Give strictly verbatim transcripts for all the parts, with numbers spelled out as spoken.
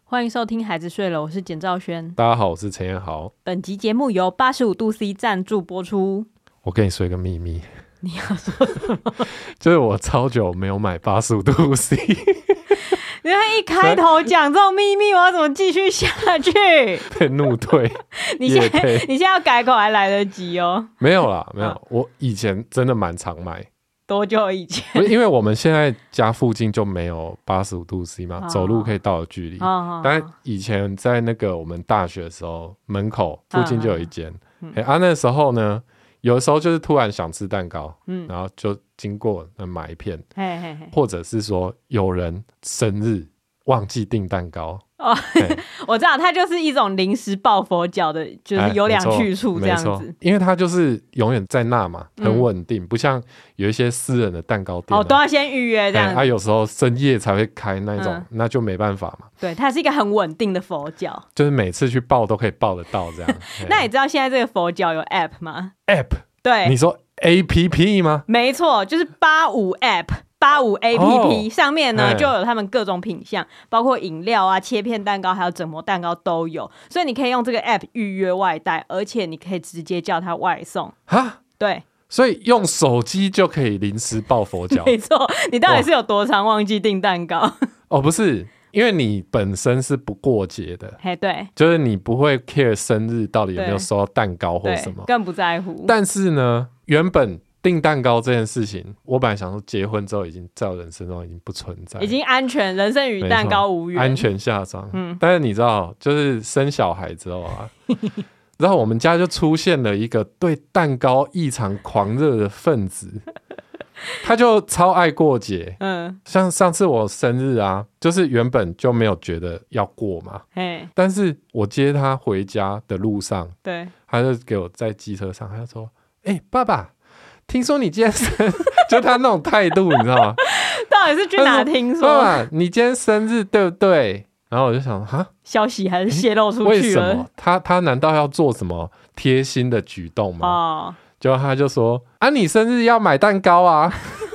欢迎收听孩子睡了，我是简兆轩。 大家好，我是陈彦豪。 本集节目由八十五度 C 赞助播出。 我跟你说一个秘密， 你要说什么？ 就是我超久没有买八十五度 C。 你看一开头讲这种秘密，我要怎么继续下去？ 被怒退。 你现在你现在要改口还来得及哦。 没有啦，没有。啊、我以前真的蛮常买。 多久以前？ 因为我们现在家附近就没有八十五度 C 嘛，哦、走路可以到的距离。哦、但以前在那个我们大学的时候，门口附近就有一间。嗯欸、啊，那时候呢，有的时候就是突然想吃蛋糕，嗯、然后就经过买一片，嘿嘿嘿，或者是说有人生日忘记订蛋糕。哦， 我知道，它就是一种临时抱佛脚的，就是有两去处这样子。欸、 因为它就是永远在那嘛，很稳定，嗯、不像有一些私人的蛋糕店、啊， 哦，都要先预约这样子。 它、欸啊、有时候深夜才会开那种，嗯、那就没办法嘛。 对，它是一个很稳定的佛脚， 就是每次去抱都可以抱得到这样。 那你知道现在这个佛脚有 App 吗 ？App， 对， 你说 A P P 吗？ 没错，就是八五 App。八五 A P P、哦、上面呢就有他们各种品项，包括饮料啊、切片蛋糕还有整模蛋糕都有，所以你可以用这个 app 预约外带，而且你可以直接叫它外送。哈，对， 所以用手机就可以临时抱佛脚。 没错，你到底是有多常忘记订蛋糕？ 哦，不是，因为你本身是不过节的， 嘿，对， 就是你不会 care 生日到底有没有收到蛋糕或什么， 更不在乎。 但是呢，原本订蛋糕这件事情，我本来想说结婚之后已经在我人生中已经不存在， 已经安全，人生与蛋糕无缘， 安全下葬。嗯，但是你知道，就是生小孩之后啊，然后我们家就出现了一个对蛋糕异常狂热的分子，他就超爱过节。嗯，像上次我生日啊，就是原本就没有觉得要过嘛，但是我接他回家的路上，对，他就给我在机车上，他就说：“哎、欸，爸爸。”听说你今天生，就他那种态度，你知道吗？ 到底是去哪听说？ 爸爸，你今天生日对不对？然后我就想，哈， 消息还是泄露出去了？ 为什么？他他难道要做什么贴心的举动吗？哦，结果他就说，啊，你生日要买蛋糕啊！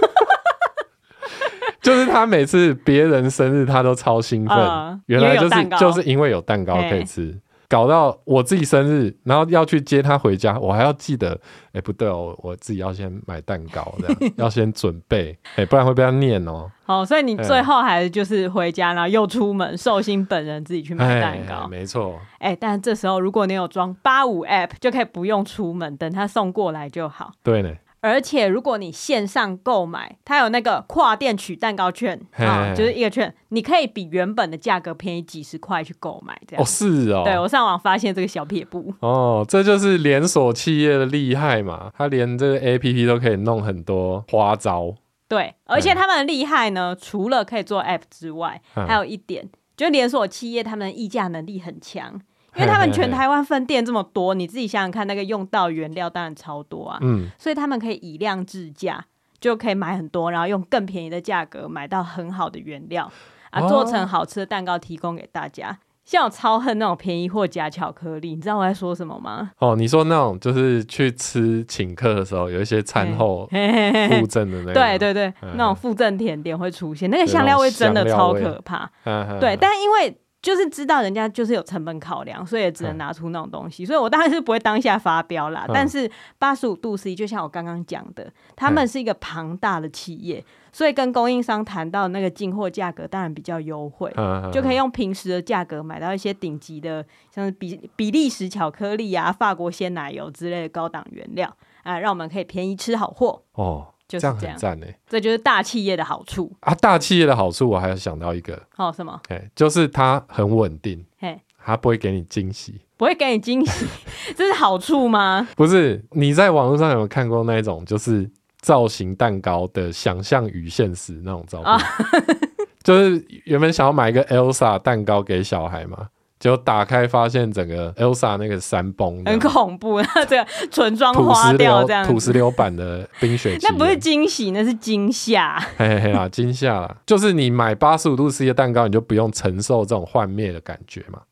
就是他每次别人生日，他都超兴奋，嗯、原来就是就是因为有蛋糕可以吃。搞到我自己生日，然后要去接他回家，我还要记得，哎、欸，不对哦，我自己要先买蛋糕，这样要先准备，哎、欸，不然会被他念哦。 好，所以你最后还是就是回家，然后又出门，寿星本人自己去买蛋糕， 欸、没错。 哎、欸，但这时候如果你有装八五 App， 就可以不用出门，等他送过来就好。 对呢。 而且如果你线上购买，它有那个跨店取蛋糕券啊、哦，就是一个券，你可以比原本的价格便宜几十块去购买，这样。 哦，是哦。 对，我上网发现这个小撇步。 哦，这就是连锁企业的厉害嘛，它连这个 A P P 都可以弄很多花招。 对，而且他们的厉害呢，除了可以做 App 之外，嗯、还有一点，就是连锁企业他们的议价能力很强。因为他们全台湾分店这么多，你自己想想看，那个用到原料当然超多啊，嗯，所以他们可以以量制价，就可以买很多，然后用更便宜的价格买到很好的原料啊，做成好吃的蛋糕提供给大家。像我超恨那种便宜货加巧克力，你知道我在说什么吗？ 哦，你说那种就是去吃请客的时候，有一些餐后附赠的那个， 对对对，嗯、那种附赠甜点会出现，那个香料味真的超可怕。对，但因为就是知道人家就是有成本考量，所以也只能拿出那种东西，所以我当然是不会当下发飙啦。嗯、但是八十五度 C 就像我刚刚讲的，他们是一个庞大的企业，所以跟供应商谈到那个进货价格当然比较优惠，嗯、就可以用平时的价格买到一些顶级的，像是比比利时巧克力啊、法国鲜奶油之类的高档原料啊，让我们可以便宜吃好货哦。就是这样， 这样很赞耶， 这就是大企业的好处啊！大企业的好处，我还有想到一个哦，什么？ 就是它很稳定，它不会给你惊喜， 不会给你惊喜，这是好处吗？ 不是，你在网络上有没有看过那种就是造型蛋糕的想象与现实那种照片？哦、就是原本想要买一个 Elsa 蛋糕给小孩嘛。结果打开发现整个 Elsa 那个山崩很恐怖，这个纯装花掉这样土石流版的冰雪奇缘。 那不是惊喜，那是惊吓。 嘿嘿嘿啦，惊吓啦，就是你买八十五度 C 的蛋糕，你就不用承受这种幻灭的感觉嘛。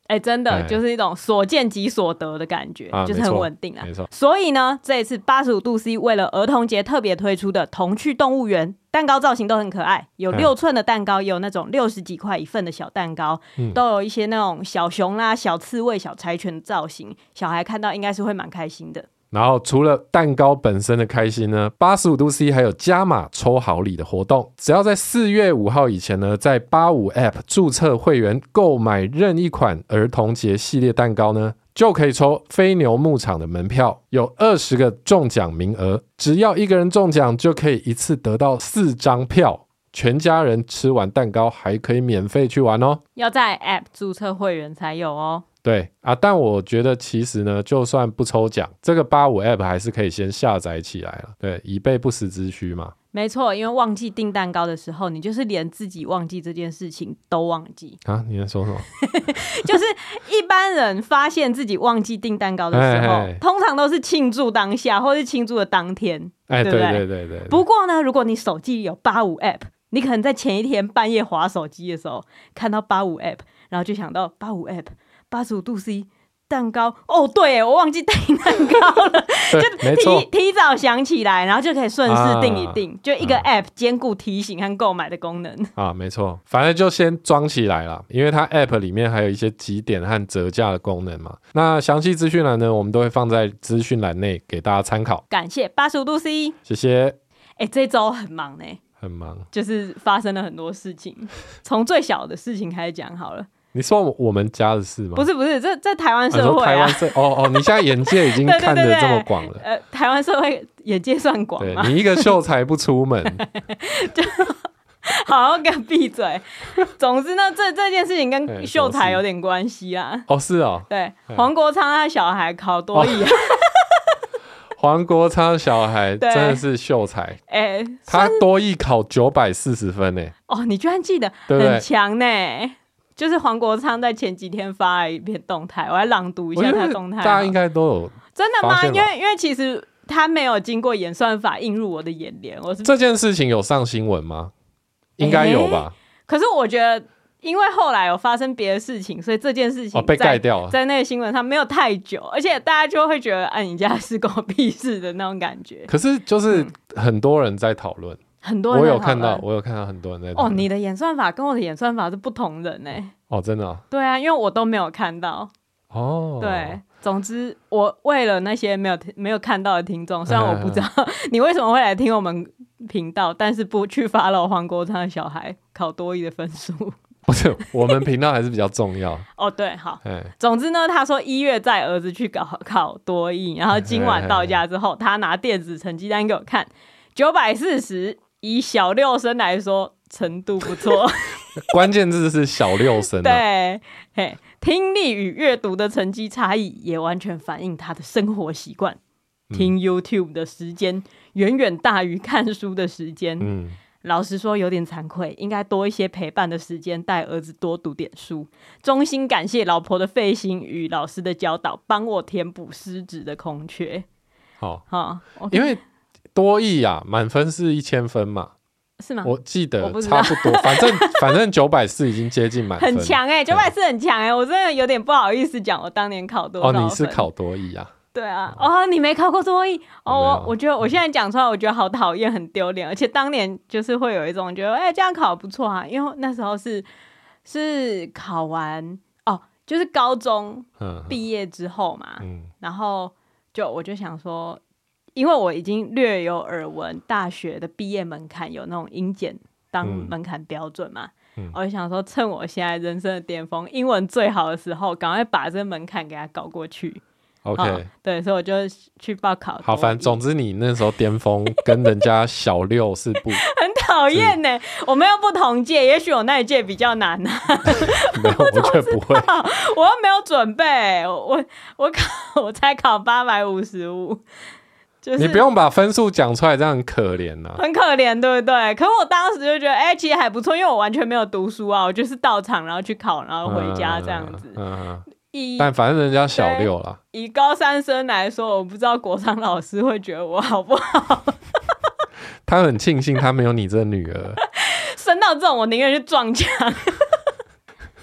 哎、欸，真的、欸、就是一种所见即所得的感觉， 啊、 就是很稳定啊。 没错。 所以呢，这一次八十五度 C 为了儿童节特别推出的童趣动物园，蛋糕造型都很可爱，有六寸的蛋糕，也有那种六十几块一份的小蛋糕、嗯，都有一些那种小熊啦、小刺猬、小柴犬的造型，小孩看到应该是会蛮开心的。 然后除了蛋糕本身的开心呢，八十五度 C 还有加码抽好礼的活动，只要在四月五号以前呢，在八五 App 注册会员购买任一款儿童节系列蛋糕呢，就可以抽飞牛牧场的门票，有二十个中奖名额，只要一个人中奖就可以一次得到四张票，全家人吃完蛋糕还可以免费去玩哦。 要在 App 注册会员才有哦。 对啊，但我觉得其实呢，就算不抽奖，这个八五 App 还是可以先下载起来了，对，以备不时之需嘛。 没错，因为忘记订蛋糕的时候，你就是连自己忘记这件事情都忘记啊！你在说什么？ 就是一般人发现自己忘记订蛋糕的时候，嘿嘿通常都是庆祝当下，或是庆祝的当天， 哎， 对不对？ 对对对 对, 对。 不过呢，如果你手机有八五 App， 你可能在前一天半夜滑手机的时候，看到八五 App， 然后就想到八五 App 八十五度 C。蛋糕哦，对耶，我忘记订蛋糕了，就提提早想起来，然后就可以顺势订一订，啊、就一个 App 兼顾提醒和购买的功能啊，没错，反正就先装起来啦，因为它 App 里面还有一些集点和折价的功能嘛。那详细资讯栏呢，我们都会放在资讯栏内给大家参考。 感谢八十五度 C， 谢谢。 哎、欸，这周很忙呢， 很忙， 就是发生了很多事情，从最小的事情开始讲好了。 你说我们家的事吗？ 不是不是，这在台湾社会啊。 台湾社哦哦，你现在眼界已经看得这么广了。 对对对对呃，台湾社会眼界算广嘛？ 你一个秀才不出门， 就好好给我闭嘴。总之呢，这这件事情跟秀才有点关系啦。 哦，是哦。 对，黄国昌他小孩考多益、啊。哦黄国昌小孩真的是秀才， 欸、 他多益考九百四十分呢。 哦，你居然记得，很强呢。就是黄国昌在前几天发了一篇动态，我来朗读一下他的动态。 大家应该都有真的吗？因为因为其实他没有经过演算法映入我的眼帘。我是这件事情有上新闻吗？应该有吧、欸。 可是我觉得，因为后来有发生别的事情，所以这件事情、 哦、被盖掉了， 在那个新闻上没有太久，而且大家就会觉得，哎、啊，你家是关我屁事的那种感觉。 可是就是很多人在讨论。嗯很多人我有看到，我有看到很多人在哦，你的演算法跟我的演算法是不同人呢、欸。 哦，真的、啊？ 对啊，因为我都没有看到。哦，对，总之我为了那些没有没有看到的听众，虽然我不知道你为什么会来听我们频道，但是不去follow黄国昌的小孩考多益的分数。 不是，我们频道还是比较重要。 哦，对，好。总之呢，他说一月载儿子去考考多益，然后今晚到家之后，他拿电子成绩单给我看，九百四十。以小六生来说，程度不错。 关键字是小六生、啊。 对，嘿，听力与阅读的成绩差异也完全反映他的生活习惯。嗯、听 YouTube 的时间远远大于看书的时间。嗯，老实说有点惭愧，应该多一些陪伴的时间，带儿子多读点书。衷心感谢老婆的费心与老师的教导，帮我填补失职的空缺。 好，好，因为。多益啊，满分是一千分嘛？ 是吗？ 我记得差不多，反正反正九百四已经接近满分， 很强哎、欸，九百四很强哎、欸，我真的有点不好意思讲我当年考多少分。 哦，你是考多益啊？ 对啊，哦，你没考过多益哦，我我觉得我现在讲出来，我觉得好討厌，很丢脸，而且当年就是会有一种觉得，哎、欸，这样考不错啊，因为那时候是是考完哦，就是高中毕业之后嘛，嗯、然后就我就想说。因为我已经略有耳闻，大学的毕业门槛有那种英检当门槛标准嘛，嗯、我就想说，趁我现在人生的巅峰，英文最好的时候，赶快把这个门槛给它搞过去。 OK，哦、 对，所以我就去报考。 好，反正总之你那时候巅峰跟人家小六是不很讨厌呢。我们又不同届，也许我那一届比较难啊。 没有，我觉得不会。 我又没有准备，我我考我才考八百五十五。就是、 你不用把分数讲出来，这样很可怜呐、啊， 很可怜，对不对？可是我当时就觉得，哎、欸，其实还不错，因为我完全没有读书啊，我就是到场，然后去考，然后回家这样子。嗯嗯嗯、 但反正人家小六啦。 以高三生来说，我不知道国昌老师会觉得我好不好。 他很庆幸他没有你这女儿。 生到这种，我宁愿去撞墙。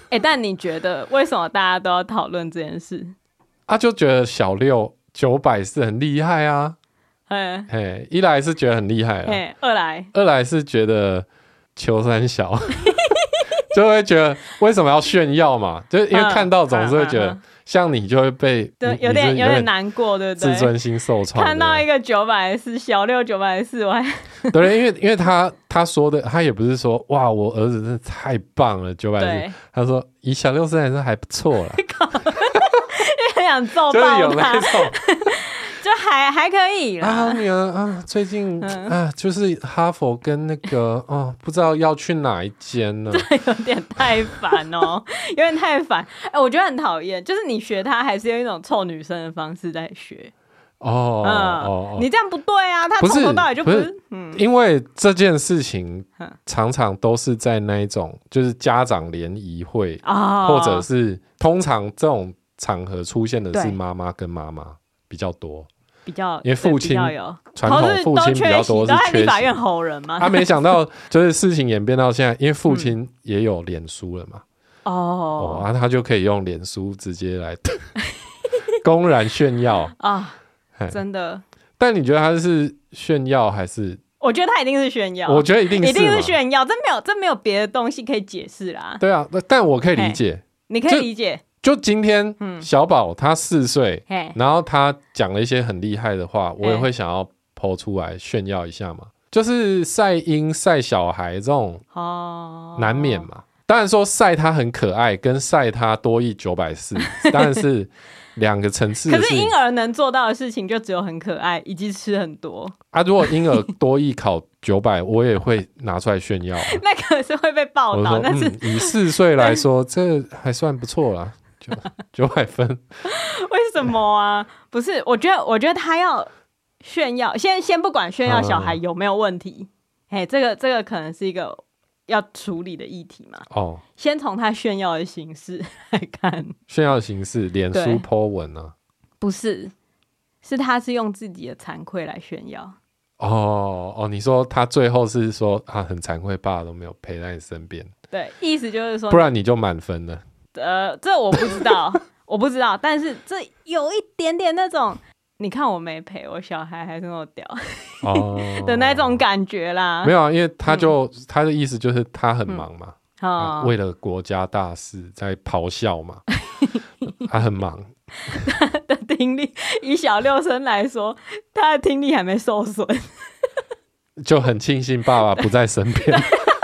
哎、欸，但你觉得为什么大家都要讨论这件事？ 啊，就觉得小六九百四很厉害啊。嘿，嘿，一来是觉得很厉害啦， 二来二来是觉得求三小，就会觉得为什么要炫耀嘛？就是因为看到总是会觉得。嗯嗯嗯像你就会被对有点有点难过，对不对？ 自尊心受创。 看到一个九百四小六九百四，我还对，因为因为他他说的，他也不是说哇，我儿子真的太棒了九百四，他说以小六生来说还不错啦， 很想揍爆他， 就是有那种。 就还还可以啦。 啊，女儿啊，最近、嗯、啊，就是哈佛跟那个哦，不知道要去哪一间呢？ 这有点太烦哦，有点太烦。哎、欸，我觉得很讨厌，就是你学他还是用一种臭女生的方式在学。 哦、嗯、 哦，你这样不对啊！他从头到尾就不是，不是嗯，因为这件事情常常都是在那一种就是家长联谊会、哦，或者是通常这种场合出现的是妈妈跟妈妈比较多。 比较， 因为父亲传统父亲比较多是缺席， 都在立法院吼人嘛。 他没想到，就是事情演变到现在，因为父亲也有脸书了嘛，嗯、哦，然后他就可以用脸书直接来公然炫耀啊，真的。 但你觉得他是炫耀还是？ 我觉得他一定是炫耀， 我觉得一定是， 一定是炫耀，这没有这没有别的东西可以解释啦。 对啊，但我可以理解， 你可以理解。 就今天小宝他四岁、嗯，然后他讲了一些很厉害的话，我也会想要 po 出来炫耀一下嘛。就是晒婴晒小孩这种，难免嘛。当然说晒他很可爱，跟晒他多益九百四，当然是两个层次的事情。 可是婴儿能做到的事情就只有很可爱，以及吃很多啊。如果婴儿多益考九百，我也会拿出来炫耀、啊。 那个是会被报道，但是、 嗯、以四岁来说，这还算不错啦。九百分， 为什么啊？不是，我觉得，我觉得他要炫耀，先先不管炫耀小孩有没有问题，哎、嗯，这个这个可能是一个要处理的议题嘛。哦，先从他炫耀的形式来看， 炫耀的形式，脸书 po 文啊？ 不是，是他是用自己的惭愧来炫耀。 哦哦，你说他最后是说啊，很惭愧，爸爸都没有陪在你身边。 对，意思就是说， 不然你就满分了。 呃，这我不知道，我不知道，但是这有一点点那种，你看我没陪我小孩还是那么屌、哦、的那种感觉啦。 没有啊，因为他就、嗯、他的意思就是他很忙嘛，嗯啊、为了国家大事在咆哮嘛，他很忙。 他的听力以小六生来说，他的听力还没受损， 就很庆幸爸爸不在身边。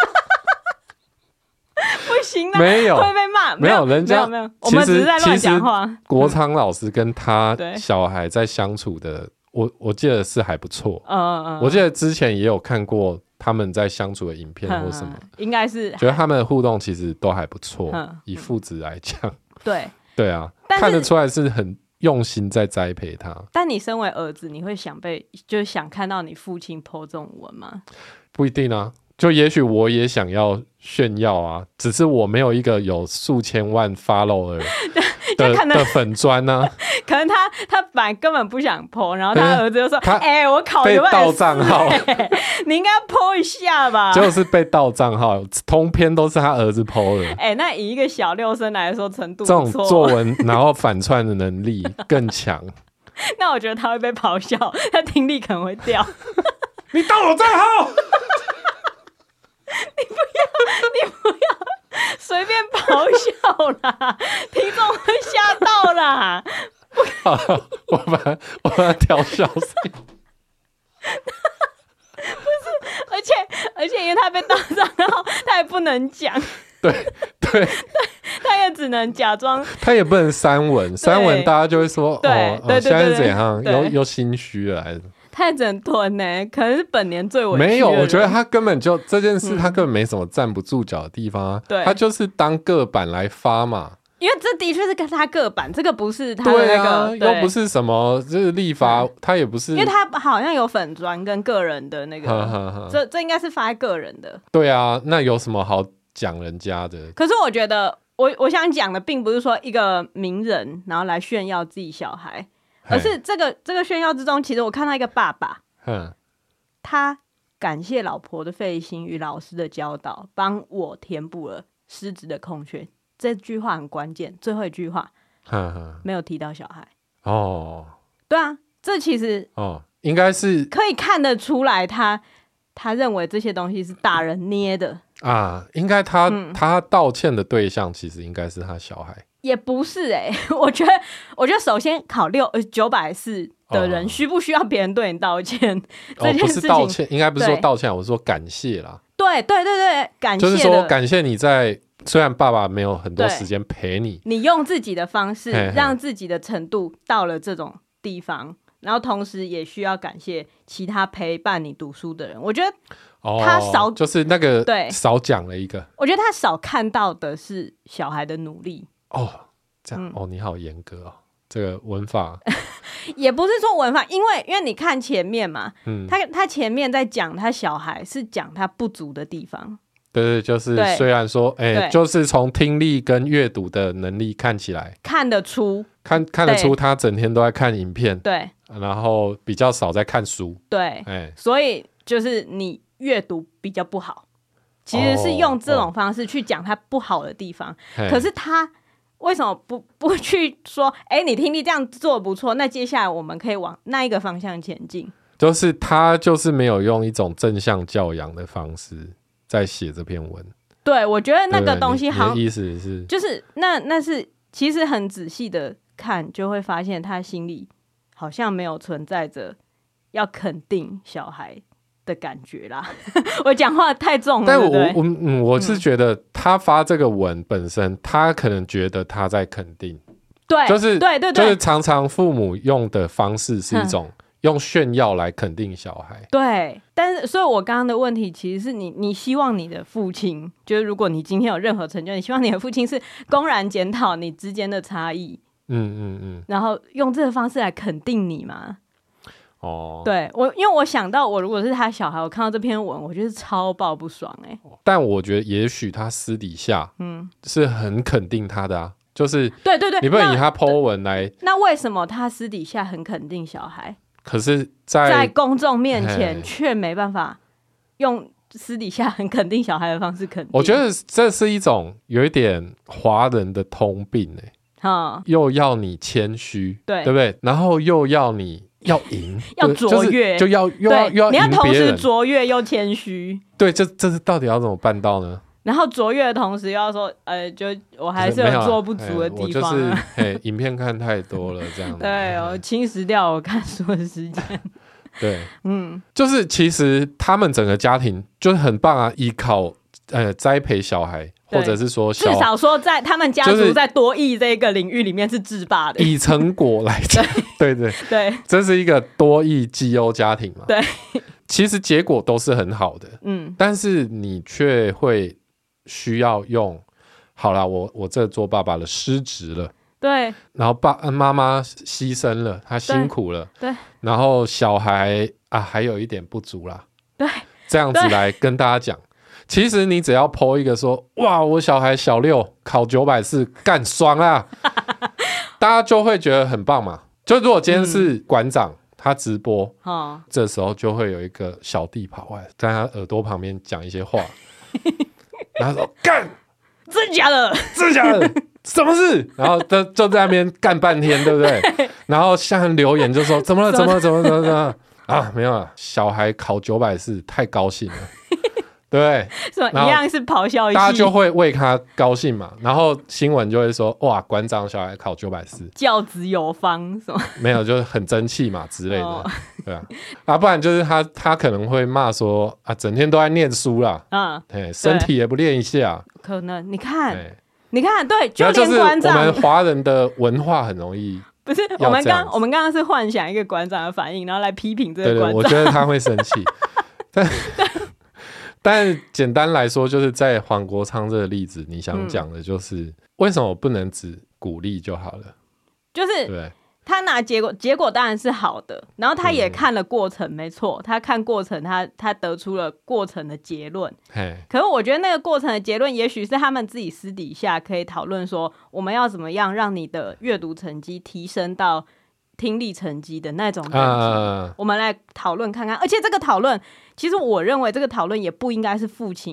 没有会被骂， 没有人家没有，我们只是在乱讲话。 国昌老师跟他小孩在相处的，我我记得是还不错。嗯嗯，我记得之前也有看过他们在相处的影片或什么， 嗯、应该是觉得他们的互动其实都还不错。嗯、以父子来讲， 对对啊，看得出来是很用心在栽培他。 但你身为儿子，你会想被就是想看到你父亲 po 这种文吗？ 不一定啊。就也许我也想要炫耀啊，只是我没有一个有数千万 follower 的, 的粉专啊。 可能他他本来根本不想 po， 然后他儿子就说：“哎、欸，我考被盗账号， 你应该 po 一下吧。” 就是被盗账号，通篇都是他儿子 po 的。 哎、欸，那以一个小六生来说，程度不错，这种作文然后反串的能力更强。 那我觉得他会被咆哮，他听力可能会掉。 你盗我账号！ 你不要，你不要随便咆哮啦，听众会吓到啦。 好，我把它我把它调小声。 不是，而且而且因为他被盗账号，他也不能讲。 对对， 他也只能假装， 他也不能删文，删文大家就会说， 对哦， 对对对对， 现在是怎样，又又心虚了还是？ 他也只能吞呢、欸，可能是本年最委屈的人。 没有，我觉得他根本就这件事，他根本没什么站不住脚的地方啊。对、嗯，他就是当个版来发嘛。 因为这的确是跟他个版，这个不是他的那个， 对啊，又不是什么就是立法、嗯，他也不是， 因为他好像有粉专跟个人的那个，呵呵呵这这应该是发在个人的。 对啊，那有什么好讲人家的？ 可是我觉得，我我想讲的并不是说一个名人然后来炫耀自己小孩。而是这个这个炫耀之中，其实我看到一个爸爸，他感谢老婆的费心与老师的教导，帮我填补了师资的空缺。 这句话很关键，最后一句话呵呵没有提到小孩。 哦， 对啊，这其实哦，应该是可以看得出来他，他认为这些东西是大人捏的啊，应该他、 嗯、 他道歉的对象其实应该是他小孩。 也不是哎、欸，我觉得，我觉得首先考六呃九百四的人、哦、需不需要别人对你道歉？ 哦，不是道歉，应该不是说道歉，我是说感谢啦。 对对对对，感谢就是说感谢你在虽然爸爸没有很多时间陪你， 你用自己的方式让自己的程度到了这种地方，然后同时也需要感谢其他陪伴你读书的人。我觉得他少、哦、 就是那个对少讲了一个， 我觉得他少看到的是小孩的努力。 哦，这样、嗯、哦，你好严格哦，这个文法也不是说文法，因为因为你看前面嘛，嗯，他他前面在讲他小孩是讲他不足的地方， 对对，就是虽然说，哎、欸，就是从听力跟阅读的能力看起来看得出， 看看得出他整天都在看影片， 对， 然后比较少在看书， 对，哎、欸，所以就是你阅读比较不好，其实是用这种方式去讲他不好的地方，哦、可是他。为什么不不去说，哎、欸，你听力这样做不错，那接下来我们可以往那一个方向前进？ 就是他就是没有用一种正向教养的方式在写这篇文。 对，我觉得那个东西好像， 你的意思是， 就是那那是其实很仔细的看，就会发现他心里好像没有存在着要肯定小孩的感觉啦。我讲话太重了， 但我对不对？ 我嗯，我是觉得他发这个文本身，嗯、他可能觉得他在肯定， 对， 就是对对对， 就是常常父母用的方式是一种用炫耀来肯定小孩。 嗯、对，但是所以，我刚刚的问题其实是你，你希望你的父亲，就是如果你今天有任何成就，你希望你的父亲是公然检讨你之间的差异， 嗯嗯嗯， 然后用这个方式来肯定你吗？ 哦， 对我，因为我想到我如果是他小孩，我看到这篇文，我觉得超爆不爽哎、欸。 但我觉得也许他私底下嗯是很肯定他的啊，就是对对对， 你不能以他 po 文来。 那为什么他私底下很肯定小孩， 可是在在公众面前却没办法用私底下很肯定小孩的方式肯定？ 我觉得这是一种有一点华人的通病哎、欸嗯，又要你谦虚，对对不对？然后又要你。要赢， 要卓越， 就是、就要又要又要赢别人， 你要同时卓越又谦虚。 对，这这是到底要怎么办到呢？ 然后卓越的同时又要说，呃，就我还是有做不足的地方、啊。 我就是哎，影片看太多了，这样子。 对，我侵蚀掉我看书的时间。 对，嗯，就是其实他们整个家庭就是很棒啊，依靠呃栽培小孩。或者是说至少说在他们家族在多益这个领域里面是制霸的， 以成果来讲，对对 对, 对，这是一个多益绩优家庭嘛。 对， 其实结果都是很好的，嗯，但是你却会需要用，好啦，我我这做爸爸的失职了， 对， 然后爸妈妈牺牲了，他辛苦了， 对， 然后小孩啊还有一点不足啦， 对， 这样子来跟大家讲。其实你只要 po 一个说，哇，我小孩小六考九百四，干爽啊，大家就会觉得很棒嘛。就如果今天是馆长、嗯、他直播、哦，这时候就会有一个小弟跑过来，在他耳朵旁边讲一些话，然后说干， 真的假的？ 真的假的？什么事？然后就就在那边干半天，对不对？然后下面留言就说怎么了？怎么了？怎么了？怎么了？怎么了？啊，没有了，小孩考九百四，太高兴了。对， 是吧？一样是咆哮一气， 大家就会为他高兴嘛。然后新闻就会说，哇，馆长小孩考九百四， 教子有方，什么没有，就是很争气嘛之类的，哦、对啊，啊，不然就是他他可能会骂说啊，整天都在念书啦，嗯，哎，身体也不练一下， 可能你看，你看，对，就连馆长， 我们华人的文化很容易。 不是，我们刚我们刚刚是幻想一个馆长的反应，然后来批评这个馆长。 对对，我觉得他会生气。但但简单来说，就是在黄国昌这个例子，你想讲的就是、嗯、为什么不能只鼓励就好了？ 就是对他拿结果，结果当然是好的，然后他也看了过程，嗯、没错，他看过程他，他他得出了过程的结论。可是我觉得那个过程的结论，也许是他们自己私底下可以讨论说，我们要怎么样让你的阅读成绩提升到听力成绩的那种等级、啊、我们来讨论看看。而且这个讨论，其实我认为这个讨论也不应该是父亲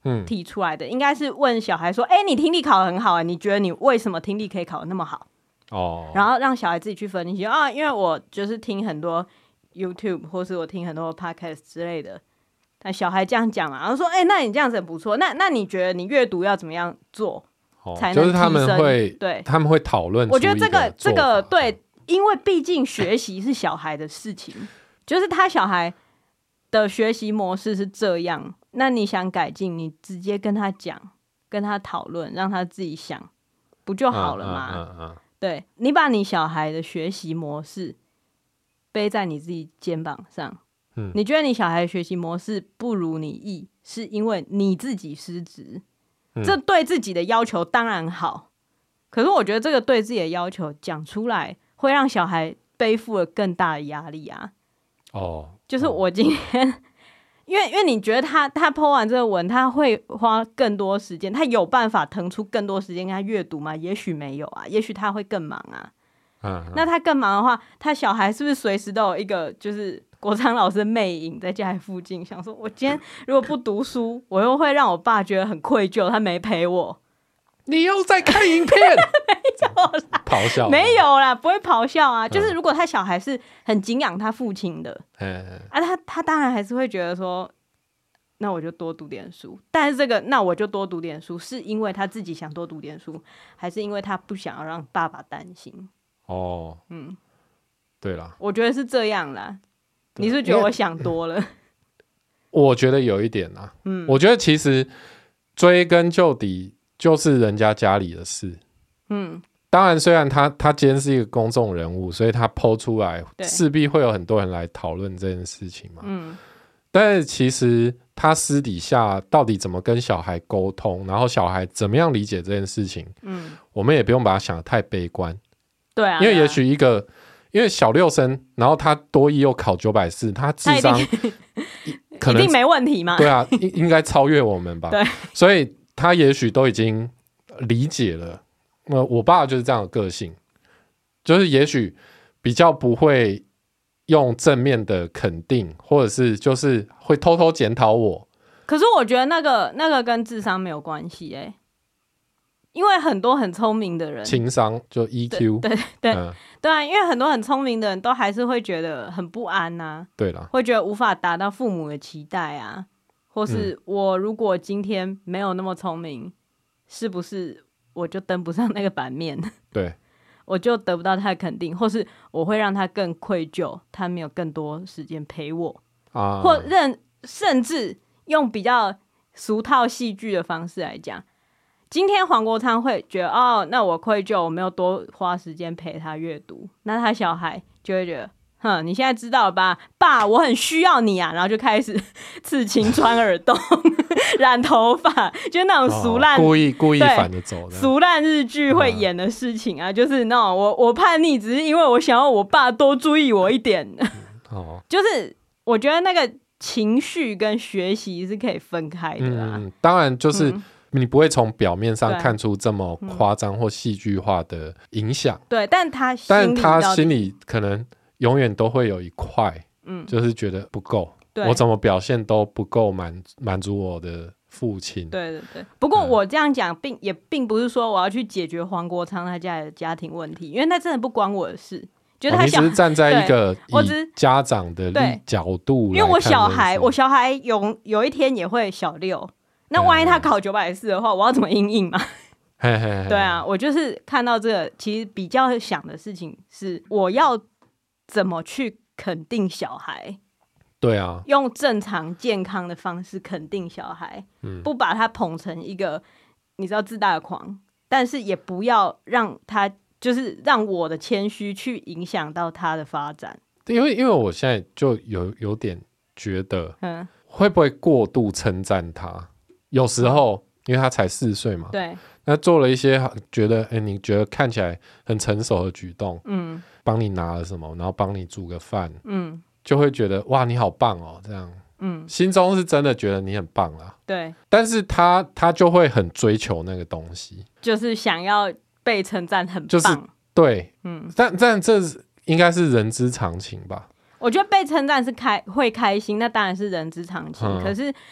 提出来的，嗯、应该是问小孩说：“哎、欸，你听力考得很好、欸，你觉得你为什么听力可以考得那么好？”哦，然后让小孩自己去分析啊，因为我就是听很多 YouTube 或是我听很多 Podcast 之类的，但小孩这样讲嘛，然后说：“哎、欸，那你这样子很不错，那那你觉得你阅读要怎么样做才能提升？”就是他们会对他们会讨论， 我觉得这个这个对，因为毕竟学习是小孩的事情，就是他小孩的学习模式是这样。那你想改进，你直接跟他讲，跟他讨论，让他自己想，不就好了吗？嗯嗯嗯嗯、对，你把你小孩的学习模式背在你自己肩膀上，嗯、你觉得你小孩的学习模式不如你意，是因为你自己失职，嗯、这对自己的要求当然好，可是我觉得这个对自己的要求讲出来，会让小孩背负了更大的压力啊。哦，就是我今天。哦因为因为你觉得他他 po 完这个文，他会花更多时间，他有办法腾出更多时间跟他阅读吗？也许没有啊，也许他会更忙啊。嗯嗯、那他更忙的话，他小孩是不是随时都有一个就是国昌老师的魅影在家里附近，想说我今天如果不读书，我又会让我爸觉得很愧疚，他没陪我。 你又在看影片？ 没有啦， 咆哮没有啦，不会咆哮啊。嗯、就是如果他小孩是很敬仰他父亲的，嗯、啊，他他当然还是会觉得说，那我就多读点书。但是这个，那我就多读点书，是因为他自己想多读点书，还是因为他不想要让爸爸担心？哦，嗯， 对啦， 我觉得是这样啦。你是不是觉得我想多了？ 我觉得有一点啊，嗯，我觉得其实追根究底。就是人家家里的事，嗯，当然，虽然他他今天是一个公众人物，所以他 po 出来，势必会有很多人来讨论这件事情嘛，嗯，但是其实他私底下到底怎么跟小孩沟通，然后小孩怎么样理解这件事情，嗯，我们也不用把它想得太悲观， 对啊， 因为也许一个，因为小六生，然后他多益又考九百四，他智商可能一定没问题嘛， 对啊，应应该超越我们吧， 对， 所以。他也许都已经理解了，呃，我爸就是这样的个性，就是也许比较不会用正面的肯定，或者是就是会偷偷检讨我。 可是我觉得那个那个跟智商没有关系哎、欸，因为很多很聪明的人， 情商就 E Q， 对对 对,、嗯、对啊，因为很多很聪明的人都还是会觉得很不安呐、啊， 对啦， 会觉得无法达到父母的期待啊。或是我如果今天没有那么聪明、嗯、是不是我就登不上那个版面？ 对， 我就得不到他的肯定，或是我会让他更愧疚，他没有更多时间陪我啊，或认甚至用比较俗套戏剧的方式来讲，今天黄国昌会觉得哦，那我愧疚，我没有多花时间陪他阅读，那他小孩就会觉得。哼，你现在知道了吧，爸，我很需要你啊，然后就开始刺青、穿耳洞、染头发，就那种俗烂、 哦、故意故意反着走的俗烂日剧会演的事情啊，嗯、就是那种我我叛逆，只是因为我想要我爸多注意我一点。哦，就是我觉得那个情绪跟学习是可以分开的啦。 嗯，当然就是。嗯你不会从表面上看出这么夸张或戏剧化的影响， 对，但他心但他心里可能永远都会有一块，嗯，就是觉得不够，我怎么表现都不够满满足我的父亲。 对对对。不过我这样讲，并也并不是说我要去解决黄国昌他家的家庭问题，因为那真的不关我的事。就是他小、 哦、你只是站在一个以家长的角度来看， 因为我小孩，我小孩有有一天也会小六。那万一他考九百四的话，我要怎么因应嘛？ 嘿嘿嘿对啊，我就是看到这个，其实比较想的事情是，我要怎么去肯定小孩？ 对啊， 用正常健康的方式肯定小孩，嗯、不把他捧成一个你知道自大的狂，但是也不要让他就是让我的谦虚去影响到他的发展。 因为因为我现在就有有点觉得，嗯，会不会过度称赞他？有时候因为他才四岁嘛， 对， 那做了一些觉得哎、欸，你觉得看起来很成熟的举动，嗯，帮你拿了什么，然后帮你煮个饭，嗯，就会觉得哇你好棒哦，这样，嗯，心中是真的觉得你很棒啦， 对， 但是他他就会很追求那个东西， 就是想要被称赞很棒， 就是对，嗯，但但这应该是人之常情吧？ 我觉得被称赞是开会开心，那当然是人之常情，嗯、可是。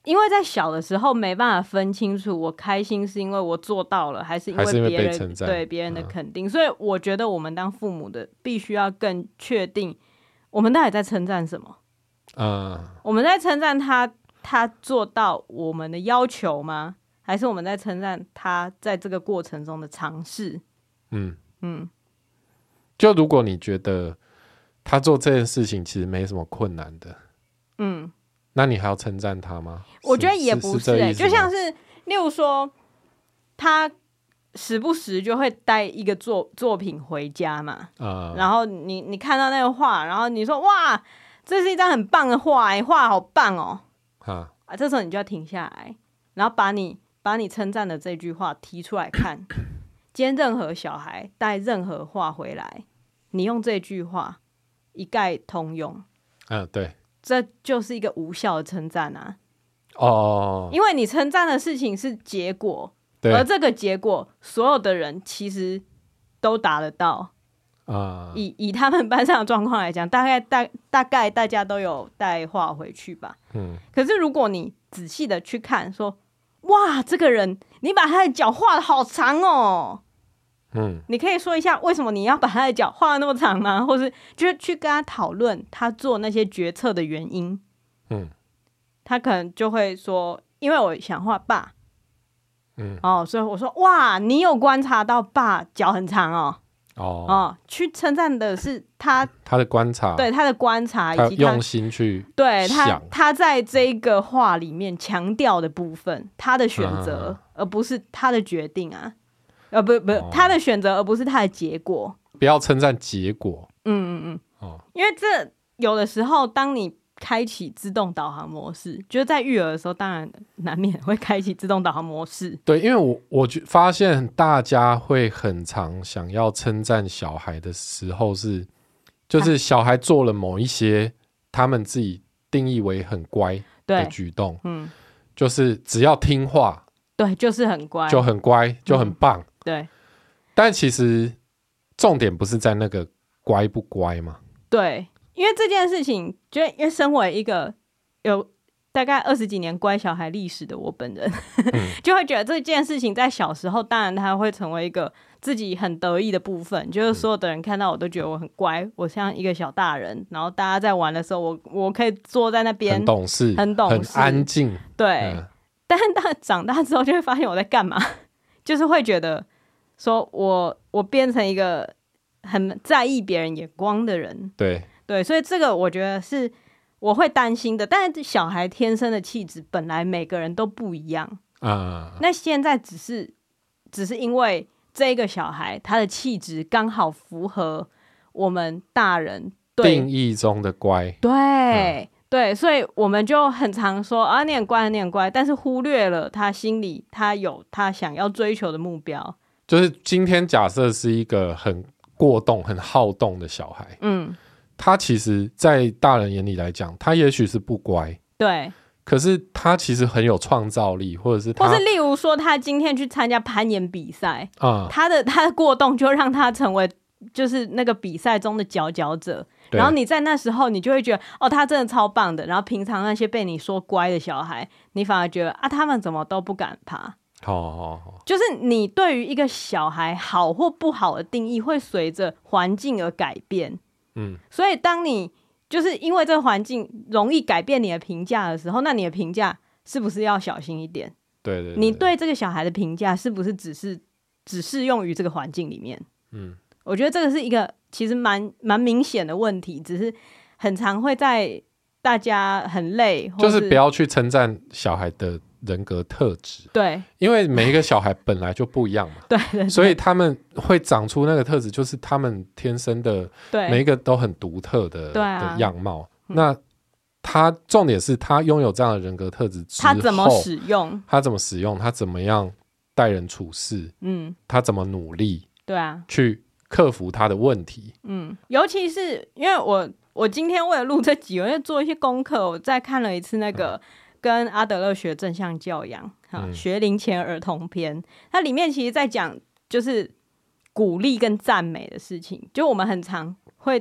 因为在小的时候没办法分清楚，我开心是因为我做到了，还是因为别人对别人的肯定、嗯。所以我觉得我们当父母的必须要更确定，我们到底在称赞什么？嗯，我们在称赞他，他做到我们的要求吗？还是我们在称赞他在这个过程中的尝试？嗯嗯， 就如果你觉得他做这件事情其实没什么困难的，嗯，那你还要称赞他吗？ 我觉得也不是、欸，就像是例如说，他时不时就会带一个作作品回家嘛，嗯、然后你你看到那个画，然后你说哇，这是一张很棒的画、欸，画好棒哦、喔，啊，这时候你就要停下来，然后把你把你称赞的这句话提出来看。今天任何小孩带任何话回来，你用这句话一概通用。 嗯，对， 这就是一个无效的称赞啊。哦，因为你称赞的事情是结果，而这个结果所有的人其实都达得到。啊、以以他们班上的状况来讲，大概大大概大家都有带话回去吧。嗯，可是如果你仔细的去看，说哇，这个人你把他的脚画得好长哦。嗯，你可以说一下为什么你要把他的脚画得那么长吗？或是就是去跟他讨论他做那些决策的原因。嗯，他可能就会说，因为我想画爸。嗯，哦，所以我说哇，你有观察到爸脚很长哦。哦, 哦，去称赞的是他他的观察， 对他的观察以及他用心去对他他在这个话里面强调的部分，他的选择、嗯，而不是他的决定啊，呃，不不、哦，他的选择而不是他的结果。 不要称赞结果。 嗯嗯嗯。哦，因为这有的时候，当你开启自动导航模式，就是在育儿的时候，当然难免会开启自动导航模式。 对，因为我我发现大家会很常想要称赞小孩的时候是，就是小孩做了某一些他们自己定义为很乖的举动，嗯，就是只要听话， 对，就是很乖， 就很乖，就很棒，嗯、 对。 但其实重点不是在那个乖不乖嘛？ 对。因为这件事情，就因为身为一个有大概二十几年乖小孩历史的我本人，嗯、就会觉得这件事情在小时候，当然它会成为一个自己很得意的部分，就是所有的人看到我都觉得我很乖，我像一个小大人，然后大家在玩的时候，我我可以坐在那边很懂事， 很懂事， 很安静。 对，嗯、但是当长大之后，就会发现我在干嘛，就是会觉得说我我变成一个很在意别人眼光的人。 对。 对，所以这个我觉得是我会担心的。但是小孩天生的气质本来每个人都不一样啊，那现在只是只是因为这个小孩他的气质刚好符合我们大人对定义中的乖， 对、嗯、对，所以我们就很常说啊，你很乖，你很乖，但是忽略了他心里他有他想要追求的目标。 就是今天假设是一个很过动、很好动的小孩，嗯。他其实在大人眼里来讲，他也许是不乖， 对， 可是他其实很有创造力，或者是他或是例如说他今天去参加攀岩比赛、嗯、他的他的过动就让他成为就是那个比赛中的佼佼者，然后你在那时候你就会觉得哦，他真的超棒的，然后平常那些被你说乖的小孩，你反而觉得啊，他们怎么都不敢爬。 好好好， 就是你对于一个小孩好或不好的定义会随着环境而改变。嗯，所以当你就是因为这个环境容易改变你的评价的时候，那你的评价是不是要小心一点？ 对 对, 对， 你对这个小孩的评价是不是只是只适用于这个环境里面？嗯，我觉得这个是一个其实蛮蛮明显的问题，只是很常会在大家很累，或是就是不要去称赞小孩的人格特质， 对， 因为每一个小孩本来就不一样嘛， 对, 对, 对， 所以他们会长出那个特质，就是他们天生的，对，每一个都很独特 的, 对、啊、 的样貌。嗯、那他重点是他拥有这样的人格特质之后， 他怎么使用， 他怎么使用，他怎么样待人处事，嗯，他怎么努力， 对啊， 去克服他的问题， 嗯，尤其是因为我我今天为了录这集，我在做一些功课，我再看了一次那个。嗯跟阿德勒学正向教养、嗯、学龄前儿童篇，它里面其实在讲就是鼓励跟赞美的事情，就我们很常会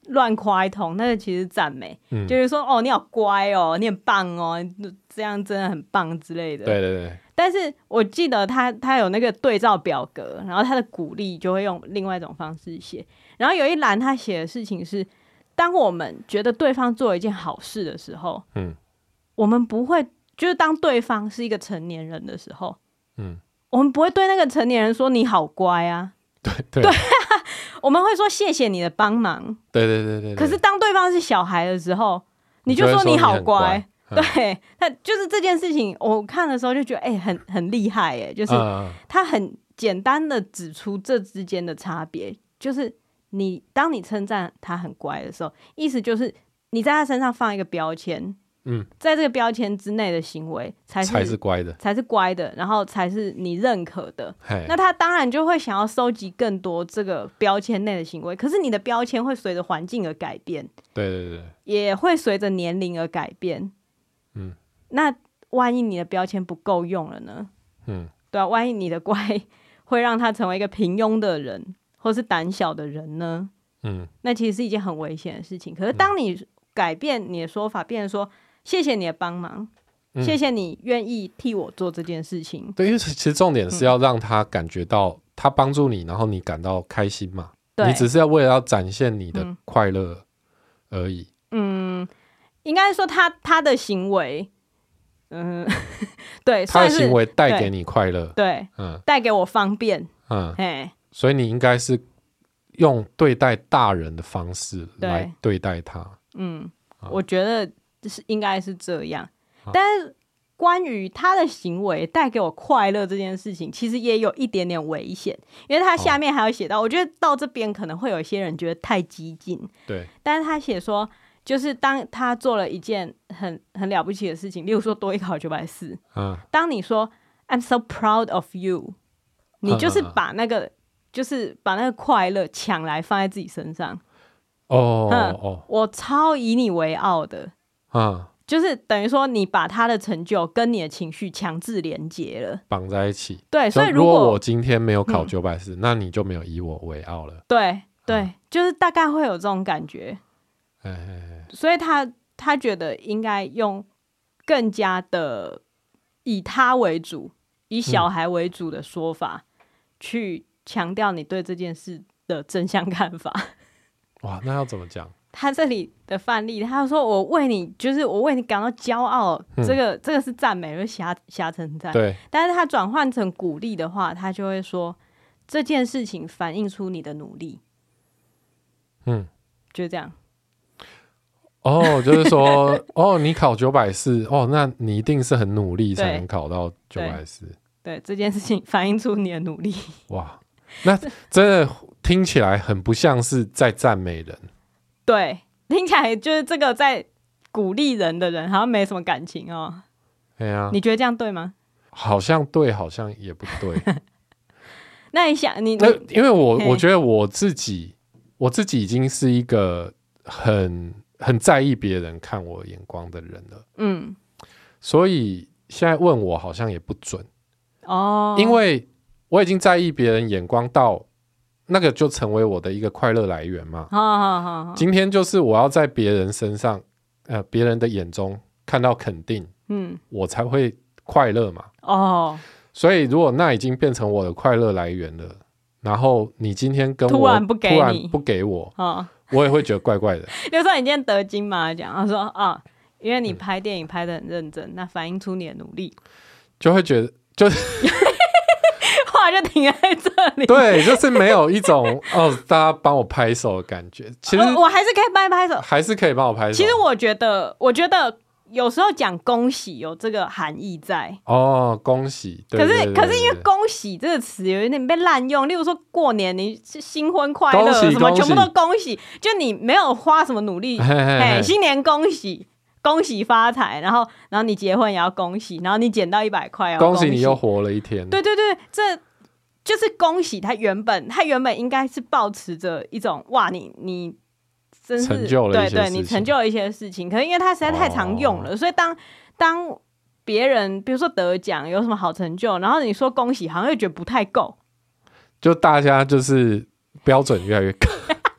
乱夸一通，那个其实赞美、嗯，就是说哦你好乖哦，你很棒哦，这样真的很棒之类的。 对对对。 但是我记得他他有那个对照表格，然后他的鼓励就会用另外一种方式写。然后有一栏他写的事情是，当我们觉得对方做了一件好事的时候，嗯，我们不会就是当对方是一个成年人的时候，嗯，我们不会对那个成年人说你好乖啊。 对对对啊，我们会说谢谢你的帮忙。 对对对 对, 对。 可是当对方是小孩的时候，你就说你好乖。嗯、对，他就是这件事情，我看的时候就觉得，哎、欸，很很厉害，哎，就是他很简单的指出这之间的差别，就是你当你称赞他很乖的时候，意思就是你在他身上放一个标签。嗯，在这个标签之内的行为才是才是乖的， 才是乖的，然后才是你认可的。那他当然就会想要收集更多这个标签内的行为，可是你的标签会随着环境而改变， 对对对， 也会随着年龄而改变。嗯，那万一你的标签不够用了呢？嗯，对啊，万一你的乖会让他成为一个平庸的人，或是胆小的人呢？嗯，那其实是一件很危险的事情。可是当你改变你的说法，变成说谢谢你的帮忙、嗯、谢谢你愿意替我做这件事情。 对，因为其实重点是要让他感觉到他帮助你、嗯、然后你感到开心嘛。你只是要为了要展现你的快乐而已。嗯， 应该说他他的行为嗯，对， 他的行为带给你快乐， 对，嗯，带给我方便，嗯，嘿， 所以你应该是用对待大人的方式来对待他。嗯， 啊、我觉得是应该是这样，啊、但是关于他的行为带给我快乐这件事情，其实也有一点点危险，因为他下面还有写到、哦，我觉得到这边可能会有一些人觉得太激进， 对， 但是他写说，就是当他做了一件很很了不起的事情，例如说多益考九百四，嗯，当你说 I'm so proud of you， 你就是把那个、嗯、就是把那个快乐抢来放在自己身上。 哦、嗯、哦， 我超以你为傲的，嗯，就是等于说你把他的成就跟你的情绪强制连结了， 绑在一起。 对，所以如果我今天没有考九百四，那你就没有以我为傲了。 对对、嗯，就是大概会有这种感觉。哎哎哎，所以他他觉得应该用更加的以他为主、以小孩为主的说法，嗯、去强调你对这件事的正向看法。 哇，那要怎么讲？ 他这里的范例，他说：“我为你，就是我为你感到骄傲。嗯”这个这个是赞美，就是瞎瞎称赞。 对。 但是他转换成鼓励的话，他就会说这件事情反映出你的努力。嗯，就这样。 哦，就是说，哦，你考九百四，哦，那你一定是很努力才能考到九百四。 对，这件事情反映出你的努力。 哇，那真的听起来很不像是在赞美人。 对，听起来就是这个在鼓励人的人好像没什么感情哦。 对啊， 你觉得这样对吗？ 好像对，好像也不对。 那你想，你因为我我觉得我自己，我自己已经是一个很很在意别人看我眼光的人了。嗯，所以现在问我好像也不准哦，因为我已经在意别人眼光到。那个就成为我的一个快乐来源嘛。好好好好，今天就是我要在别人身上，呃，别人的眼中看到肯定，嗯，我才会快乐嘛。哦，所以如果那已经变成我的快乐来源了，然后你今天跟我突然不给你， 突然不给我，哦，我也会觉得怪怪的。 比如说你今天得金马奖，他说啊，因为你拍电影拍得很认真，嗯，那反映出你的努力， 就会觉得就是。 话就停在这里， 对，就是没有一种哦，大家帮我拍手的感觉。其实我, 我还是可以帮你拍手， 还是可以帮我拍手。 其实我觉得，我觉得有时候讲恭喜有这个含义在。 哦，恭喜。对对对对对， 可是，可是因为恭喜这个词有一点被滥用，例如说过年你是新婚快乐，什么全部都恭喜，就你没有花什么努力，嘿嘿嘿，新年恭喜。恭喜发财，然后，然后你结婚也要恭喜，然后你捡到一百块， 恭喜你又活了一天。 对对对，这就是恭喜他原本，他原本应该是抱持着一种哇，你你真是成就了一些事情， 对对，你成就了一些事情。可是因为他实在太常用了，哦，所以当当别人比如说得奖有什么好成就，然后你说恭喜，好像又觉得不太够。 就大家就是标准越来越高。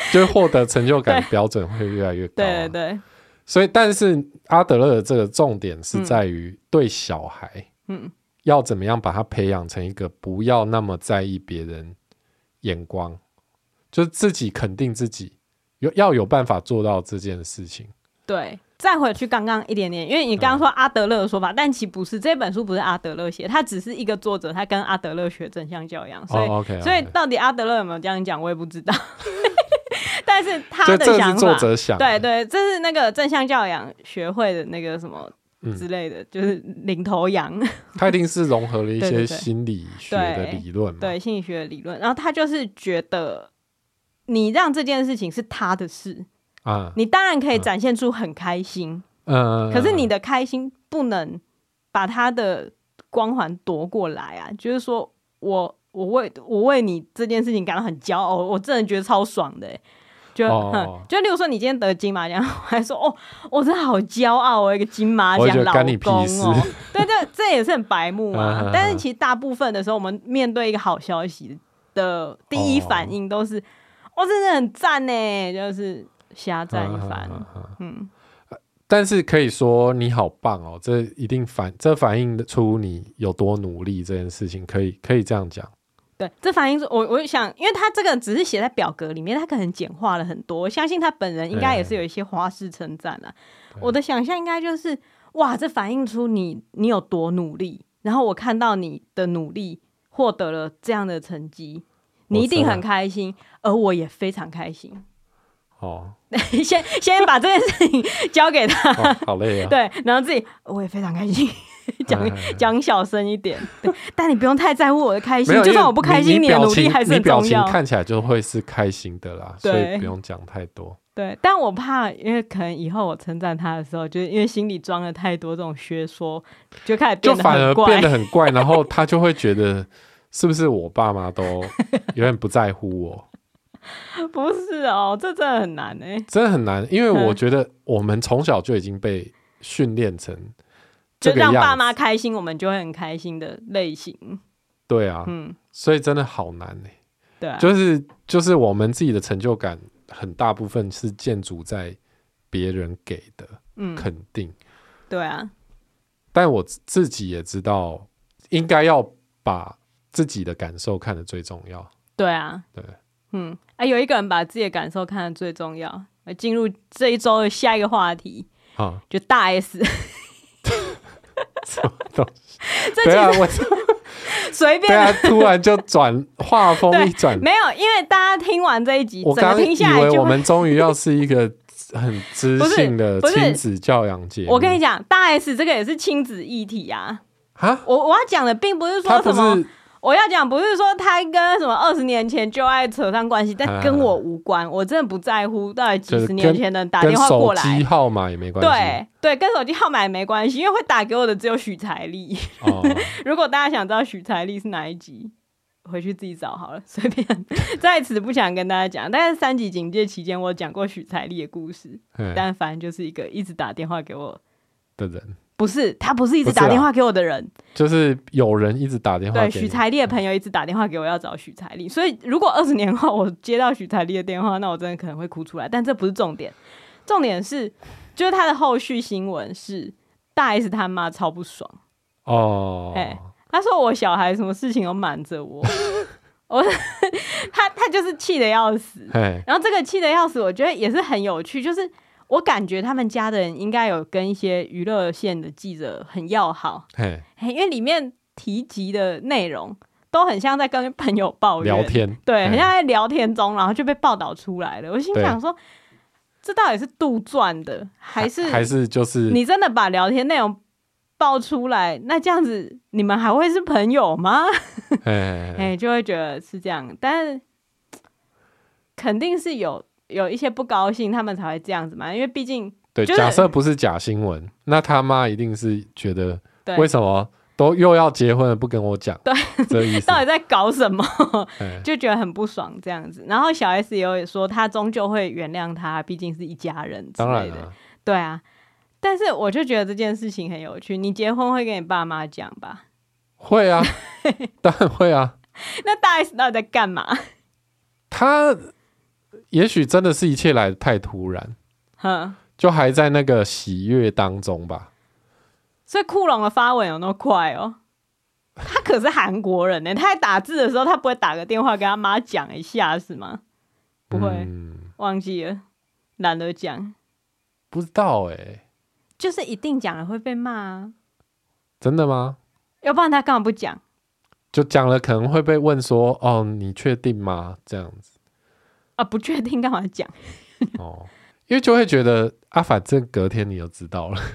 就是获得成就感标准会越来越高、啊。 对对对。 所以，但是阿德勒的这个重点是在于对小孩，嗯，要怎么样把他培养成一个不要那么在意别人眼光，就是自己肯定自己，有要有办法做到这件事情。 对，再回去刚刚一点点，因为你刚刚说阿德勒的说法，嗯、但其实不是，这本书不是阿德勒写，他只是一个作者，他跟阿德勒学正向教养，所以、 oh, okay, okay. 所以到底阿德勒有没有这样讲，我也不知道。但是他的想法， 这是作者想的， 对对，这是那个正向教养学会的那个什么之类的，嗯、就是领头羊。 他一定是融合了一些心理学的理论嘛， 对，对心理学的理论。然后他就是觉得，你让这件事情是他的事啊，你当然可以展现出很开心，嗯，可是你的开心不能把他的光环夺过来啊。就是说我我为我为你这件事情感到很骄傲，我真的觉得超爽的、欸。就、哦嗯、就例如说你今天得金马奖，我还说哦，我真的好骄傲，我有一个金马奖老公哦，对对，这也是很白目嘛。但是其实大部分的时候，我们面对一个好消息的第一反应都是，哦，真的很赞呢，就是瞎赞一番。嗯， 但是可以说你好棒哦，这一定反这反映出你有多努力这件事情，可以可以这样讲。 对，这反映我我想，因为他这个只是写在表格里面，他可能简化了很多。我相信他本人应该也是有一些花式称赞啊。我的想象应该就是，哇，这反映出你你有多努力，然后我看到你的努力获得了这样的成绩，你一定很开心，而我也非常开心。哦，先先把这件事情交给他， 哦、好累啊。 对，然后自己我也非常开心。讲讲小声一点，对，但你不用太在乎我的开心，就算我不开心，你的努力还是很重要。 你表情看起来就会是开心的啦，所以不用讲太多。 对，但我怕，因为可能以后我称赞他的时候，就是因为心里装了太多这种学说，就开始变得很怪，就反而变得很怪，然后他就会觉得是不是我爸妈都有点不在乎我？ 不是哦，这真的很难哎、欸， 真的很难，因为我觉得我们从小就已经被训练成。 就让爸妈开心，我们就会很开心的类型。 对啊，嗯，所以真的好难欸。 对啊， 就是就是我们自己的成就感，很大部分是建筑在别人给的肯定。嗯、 对啊， 但我自己也知道，应该要把自己的感受看得最重要。 对啊， 对， 嗯，啊，有一个人把自己的感受看得最重要。进入这一周的下一个话题，啊，就大 S。 什么东西？对啊，我随便对啊，突然就转画风一转， 没有，因为大家听完这一集， 我刚以为我们终于要是一个很知性的亲子教养节目。 我跟你讲，大 S 这个也是亲子议题啊。啊，我我要讲的并不是说什么。我要讲不是说他跟什么二十年前就爱扯上关系，但跟我无关，啊、我真的不在乎到底几十年前的人打电话过来， 跟手机号码也没关系。 对对，跟手机号码也没关系，因为会打给我的只有许财力。哦、如果大家想知道许财力是哪一集，回去自己找好了，随便。在此不想跟大家讲，但是三级警戒期间，我讲过许财力的故事，但反正就是一个一直打电话给我的人。 不是，他不是一直打电话给我的人， 啊、就是有人一直打电话给你。 对，许财力的朋友一直打电话给我，要找许财力。所以，如果二十年后我接到许财力的电话，那我真的可能会哭出来。但这不是重点，重点是，就是他的后续新闻是大 S 他妈超不爽哦。哎，他说我小孩什么事情都瞒着我，我他他就是气得要死。然后这个气得要死，我觉得也是很有趣，就是。我感觉他们家的人应该有跟一些娱乐线的记者很要好，因为里面提及的内容都很像在跟朋友抱怨聊天， 对，很像在聊天中，然后就被报道出来了。我心想说，这到底是杜撰的，还是还是就是你真的把聊天内容爆出来？那这样子你们还会是朋友吗？哎，就会觉得是这样，但是肯定是有。有一些不高兴，他们才会这样子嘛，因为毕竟、 就是、对，假设不是假新闻，那他妈一定是觉得为什么都又要结婚了不跟我讲， 对， 这意思到底在搞什么，就觉得很不爽这样子。然后小 S 也有说，他终究会原谅他，毕竟是一家人之类的，当然了，对啊。但是我就觉得这件事情很有趣，你结婚会跟你爸妈讲吧？ 会啊，当然会啊。 那大 S 到底在干嘛？ 他。 也许真的是一切来得太突然，就还在那个喜悦当中吧。 所以库龙的发文有那么快哦？他可是韩国人呢，他在打字的时候，他不会打个电话跟他妈讲一下是吗？不会，嗯、忘记了，懒得讲。 不知道哎、欸， 就是一定讲了会被骂啊。 真的吗？ 要不然他干嘛不讲？ 就讲了可能会被问说：“哦，你确定吗？”这样子啊，不确定干嘛讲？ 哦，因为就会觉得啊，反正隔天你就知道了。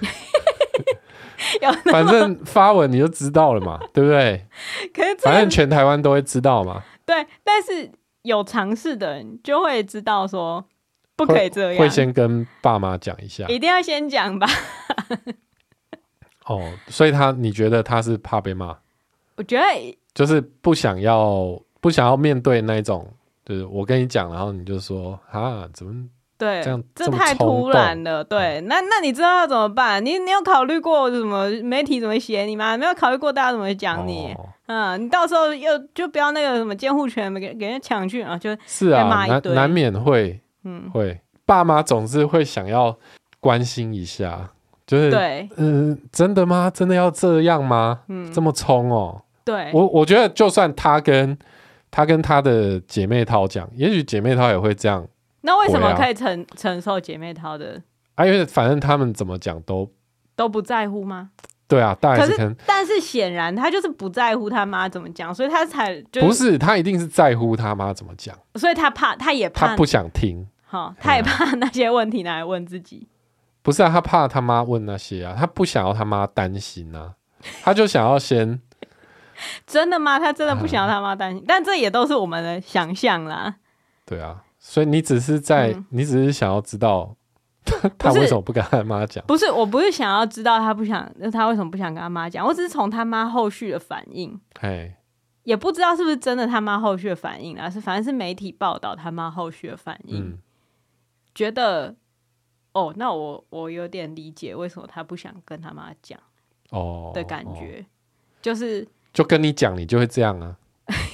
反正发文你就知道了嘛，对不对？ 可是反正全台湾都会知道嘛。 对，但是有尝试的人就会知道说不可以这样， 会, 会先跟爸妈讲一下， 一定要先讲吧。 哦，所以他你觉得他是怕被骂？ 我觉得就是不想要不想要面对那种，就是我跟你讲，然后你就说啊，怎么？ 对， 这样这太突然了。对， 嗯、 那那你知道要怎么办？你你有考虑过什么媒体怎么写你吗？没有考虑过大家怎么讲你？哦、嗯，你到时候又就不要那个什么监护权给给人家抢去啊，就是啊， 难难免会，嗯，会爸妈总是会想要关心一下，就是对， 嗯、呃，真的吗？真的要这样吗？嗯，这么冲哦。 对， 我我觉得就算他跟他跟他的姐妹淘讲，也許姐妹淘也會這樣。 那為什麼可以承承受姐妹淘的？ 啊，因為反正他們怎麼講都都不在乎嗎？ 對啊，大概是可是但是顯然他就是不在乎他媽怎麼講，所以他才、就是、 不是他一定是在乎他媽怎麼講， 所以他怕，他也怕他不想聽， 哦、他也怕那些問題拿來問自己。 不是啊，他怕他媽問那些啊，他不想要他媽擔心啊，他就想要先真的嗎？他真的不想要他媽擔心、嗯、但這也都是我們的想象啦。 對啊，所以你只是在、嗯、你只是想要知道他為什麼不跟他媽講？ 不是，我不是想要知道他不想他為什麼不想跟他媽講，我只是從他媽後續的反應，也不知道是不是真的他媽後續的反應啦，是反正是媒體報道他媽後續的反應、嗯、覺得哦，那我我有點理解為什麼他不想跟他媽講哦的感覺、哦、就是就跟你講你就會這樣啊。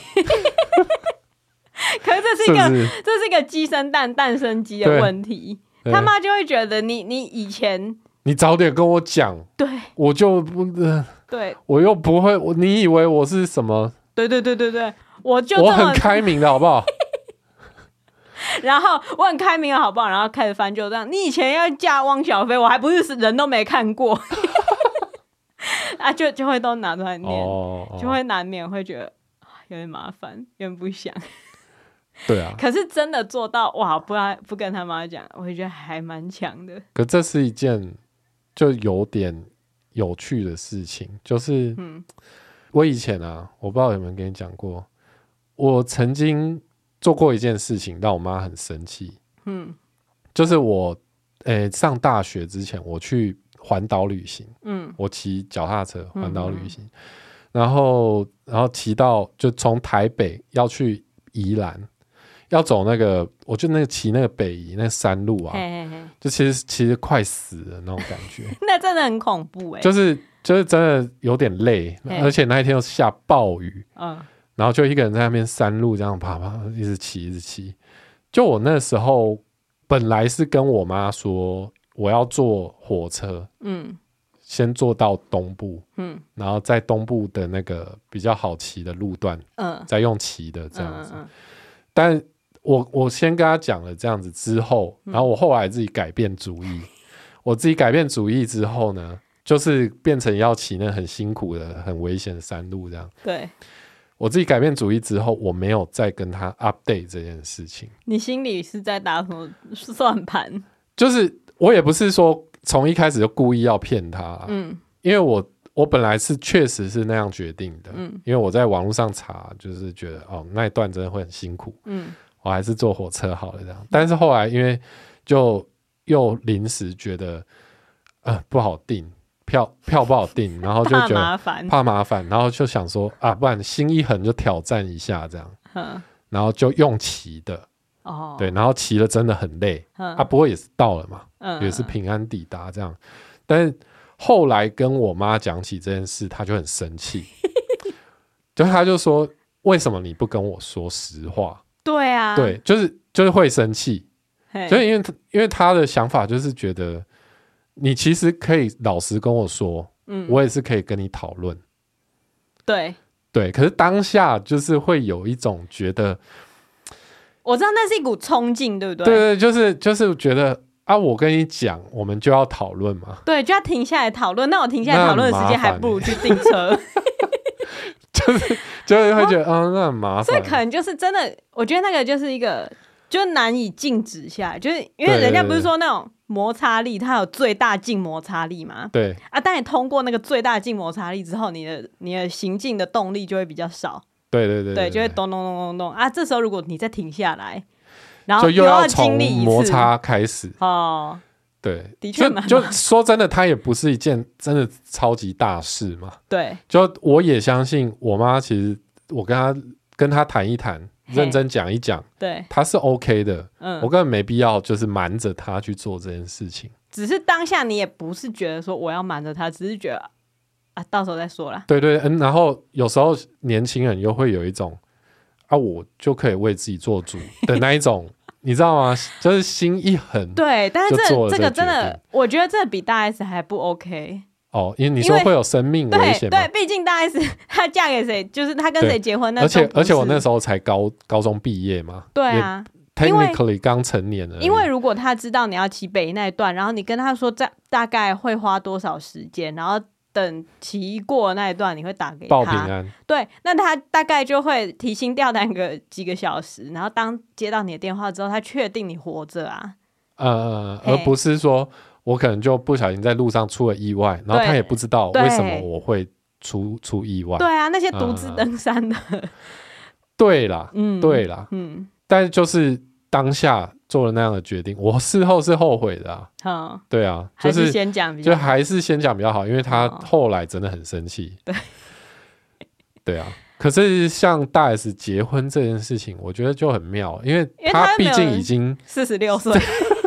可是這是一個是是這是一個雞生蛋蛋生雞的問題，他媽就會覺得你你以前你早點跟我講， 對， 我就不、呃、對，我又不會，你以為我是什麼？對對對對對，我就我很開明的好不好？ 然後我很開明的好不好？然後開始翻就這樣，你以前要嫁汪小菲，我還不是人都沒看過啊，就就會都拿出來念，哦、就會難免會覺得有點麻煩，有點不想。 對啊， 可是真的做到哇，不不跟他媽講，我覺得還蠻強的。 可這是一件就有點有趣的事情，就是、嗯、我以前啊，我不知道有沒有跟你講過，我曾經做過一件事情讓我媽很生氣。嗯，就是我誒、欸、上大學之前，我去環島旅行，嗯，我騎腳踏車環島旅行，嗯、然後然後騎到就從台北要去宜蘭。要走那個，我就那個騎那個北宜那個山路啊，嘿嘿嘿，就其實其實快死了那種感覺。 那真的很恐怖哎、欸， 就是就是真的有點累，而且那一天又下暴雨，嗯，然後就一個人在那邊山路這樣爬爬，一直騎一直騎。就我那時候本來是跟我媽說我要坐火車，嗯，先坐到東部，嗯，然後在東部的那個比較好騎的路段，嗯，再用騎的這樣子，嗯嗯嗯，但我我先跟他講了這樣子之後，然後我後來自己改變主意、嗯、我自己改變主意之後呢，就是變成要騎那很辛苦的很危險的山路這樣。 對， 我自己改變主意之後，我沒有再跟他 update 這件事情。 你心裡是在打什麼算盤？ 就是我也不是說從一開始就故意要騙他，嗯，因為我我本來是確實是那樣決定的，嗯，因為我在網絡上查，就是覺得哦那一段真的會很辛苦，嗯，我還是坐火車好了這樣。但是後來因為就又臨時覺得呃不好訂票，票不好訂，然後就覺得怕麻煩， 怕麻煩，然後就想說啊，不然心一橫就挑戰一下這樣，然後就用騎的，哦，對，然後騎了真的很累，啊，不過也是到了嘛，嗯，也是平安抵達這樣，但是後來跟我媽講起這件事，她就很生氣，就她就說為什麼你不跟我說實話？ 對啊， 對，就是就是会生气，所以因为因为他的想法就是觉得你其实可以老实跟我说，嗯，我也是可以跟你讨论， 对对，可是当下就是会有一种觉得， 我知道那是一股冲劲，对不对？ 对对，就是就是觉得啊，我跟你讲，我们就要讨论嘛， 对，就要停下来讨论。那我停下来讨论的时间，还不如去订车。 就是就是会觉得，嗯、哦，那很麻烦。 所以可能就是真的，我觉得那个就是一个，就难以静止下来，就是因为人家不是说那种摩擦力，它有最大静摩擦力嘛？ 对啊，当你通过那个最大静摩擦力之后，你的你的行进的动力就会比较少。 对对 对, 对, 对，就会咚咚咚咚咚啊！这时候如果你再停下来，然后就又要从经历一次摩擦开始哦。 对， 的确蛮就就说真的，它也不是一件真的超级大事嘛。 对， 就我也相信我妈，其实我跟她跟她谈一谈，认真讲一讲， 对， 她是 OK 的。 嗯， 我根本没必要就是瞒着她去做这件事情。 只是当下你也不是觉得说我要瞒着她，只是觉得啊，到时候再说啦。 对对，嗯，然后有时候年轻人又会有一种啊，我就可以为自己做主的那一种。你知道吗？就是心一横， 对，但是这这这个真的，我觉得这比大 S 还不 OK 哦，因为你说会有生命危险吗？ 对，毕竟大 S 她嫁给谁，就是她跟谁结婚，那而且而且我那时候才高高中毕业嘛， 对啊 ，technically 刚成年了。 因为如果他知道你要骑北那一段，然后你跟他说大大概会花多少时间，然后等骑过那一段你会打给他报平安， 对，那他大概就会提心吊胆个几个小时，然后当接到你的电话之后，他确定你活着啊， 呃，而不是说我可能就不小心在路上出了意外，然后他也不知道为什么我会出出意外。 对啊，那些独自登山的，呃、 对啦，嗯，对啦，嗯，但是就是当下做了那样的决定，我事后是后悔的啊。嗯，对啊，就是、 还是先讲比较好， 就还是先讲比较好，因为他后来真的很生气。 对， 对啊。可是像大 S 结婚这件事情，我觉得就很妙，因为他毕竟已经四十六岁，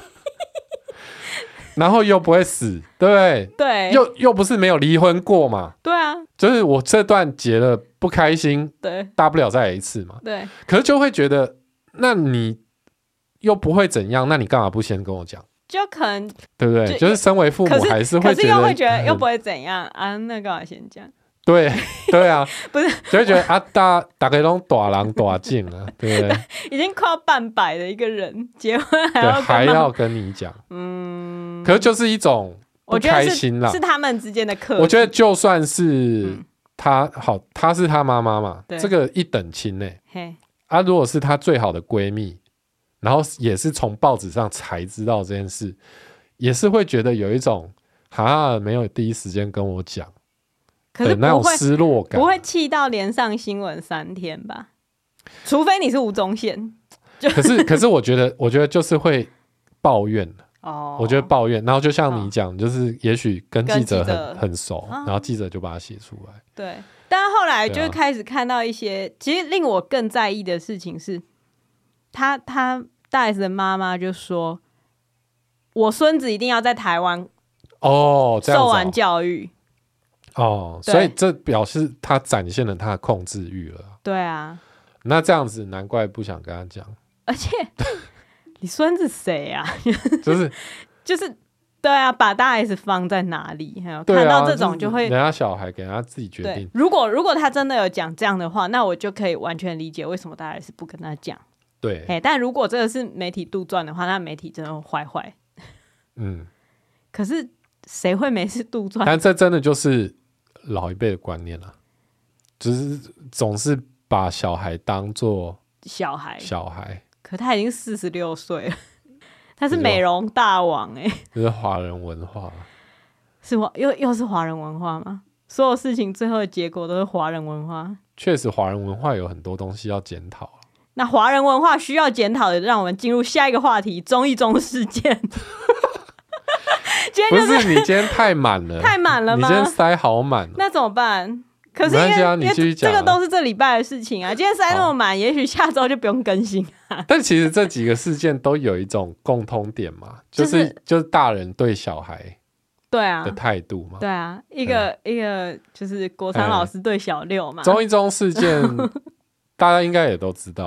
然后又不会死，对不对？ 对， 又又不是没有离婚过嘛。 对啊， 就是我这段结了不开心， 对， 大不了再来一次嘛。 对， 可是就会觉得，那你又不会怎样，那你干嘛不先跟我讲？ 就可能对不对？就, 就是身为父母还是会觉得，可是又会觉得又不会怎样啊，那干嘛先讲？ 对对啊， 不是， 就会觉得啊，大大家都大人大境了，对不对？ 已经快要半百的一个人结婚还要还要跟你讲，嗯，可是就是一种不开心啦， 是, 是他们之间的课。 我觉得就算是他、嗯、好，他是他妈妈嘛，这个一等亲呢、欸。啊，如果是他最好的闺蜜，然后也是从报纸上才知道这件事，也是会觉得有一种哈没有第一时间跟我讲。 可是那种失落感， 不会气到连上新闻三天吧？除非你是吴宗宪。 可是，可是我觉得，我觉得就是会抱怨哦。我觉得抱怨，然后就像你讲，哦、就是也许跟记者很者很熟、啊，然后记者就把它写出来。 对，但后来就开始看到一些，啊、其实令我更在意的事情是，他他大 S 的妈妈就说：“我孙子一定要在台湾哦， 受完教育。” 哦，所以这表示他展现了他的控制欲了。 对啊， 那这样子难怪不想跟他讲。 而且你孙子谁啊？ 就是就是对啊，把大 S 放在哪里？还有看到这种就会， 人家小孩给他自己决定。 如果如果他真的有讲这样的话，那我就可以完全理解为什么大 S 不跟他讲。 对， 哎，但如果这个是媒体杜撰的话，那媒体真的坏坏。嗯，可是谁会没事杜撰？ 但这真的就是老一辈的观念啦，就是总是把小孩当作小孩， 小孩。 可他已经四十六岁了，他是美容大王哎、欸， 这是华人文化， 是华又又是华人文化吗？所有事情最后的结果都是华人文化。 确实，华人文化有很多东西要检讨。 那华人文化需要检讨的，让我们进入下一个话题——中一中事件。今天、就是、 不是你今天太满了， 太满了吗？ 你今天塞好满， 那怎么办？可是因为、 啊、你继续讲啊、 因为这个都是这礼拜的事情啊，今天塞那么满，也许下周就不用更新啊。 但其实这几个事件都有一种共通点嘛，就是、就是、就是大人对小孩对啊的态度嘛， 对啊，一个、嗯、一个就是国昌老师对小六嘛。 中一中事件大家应该也都知道了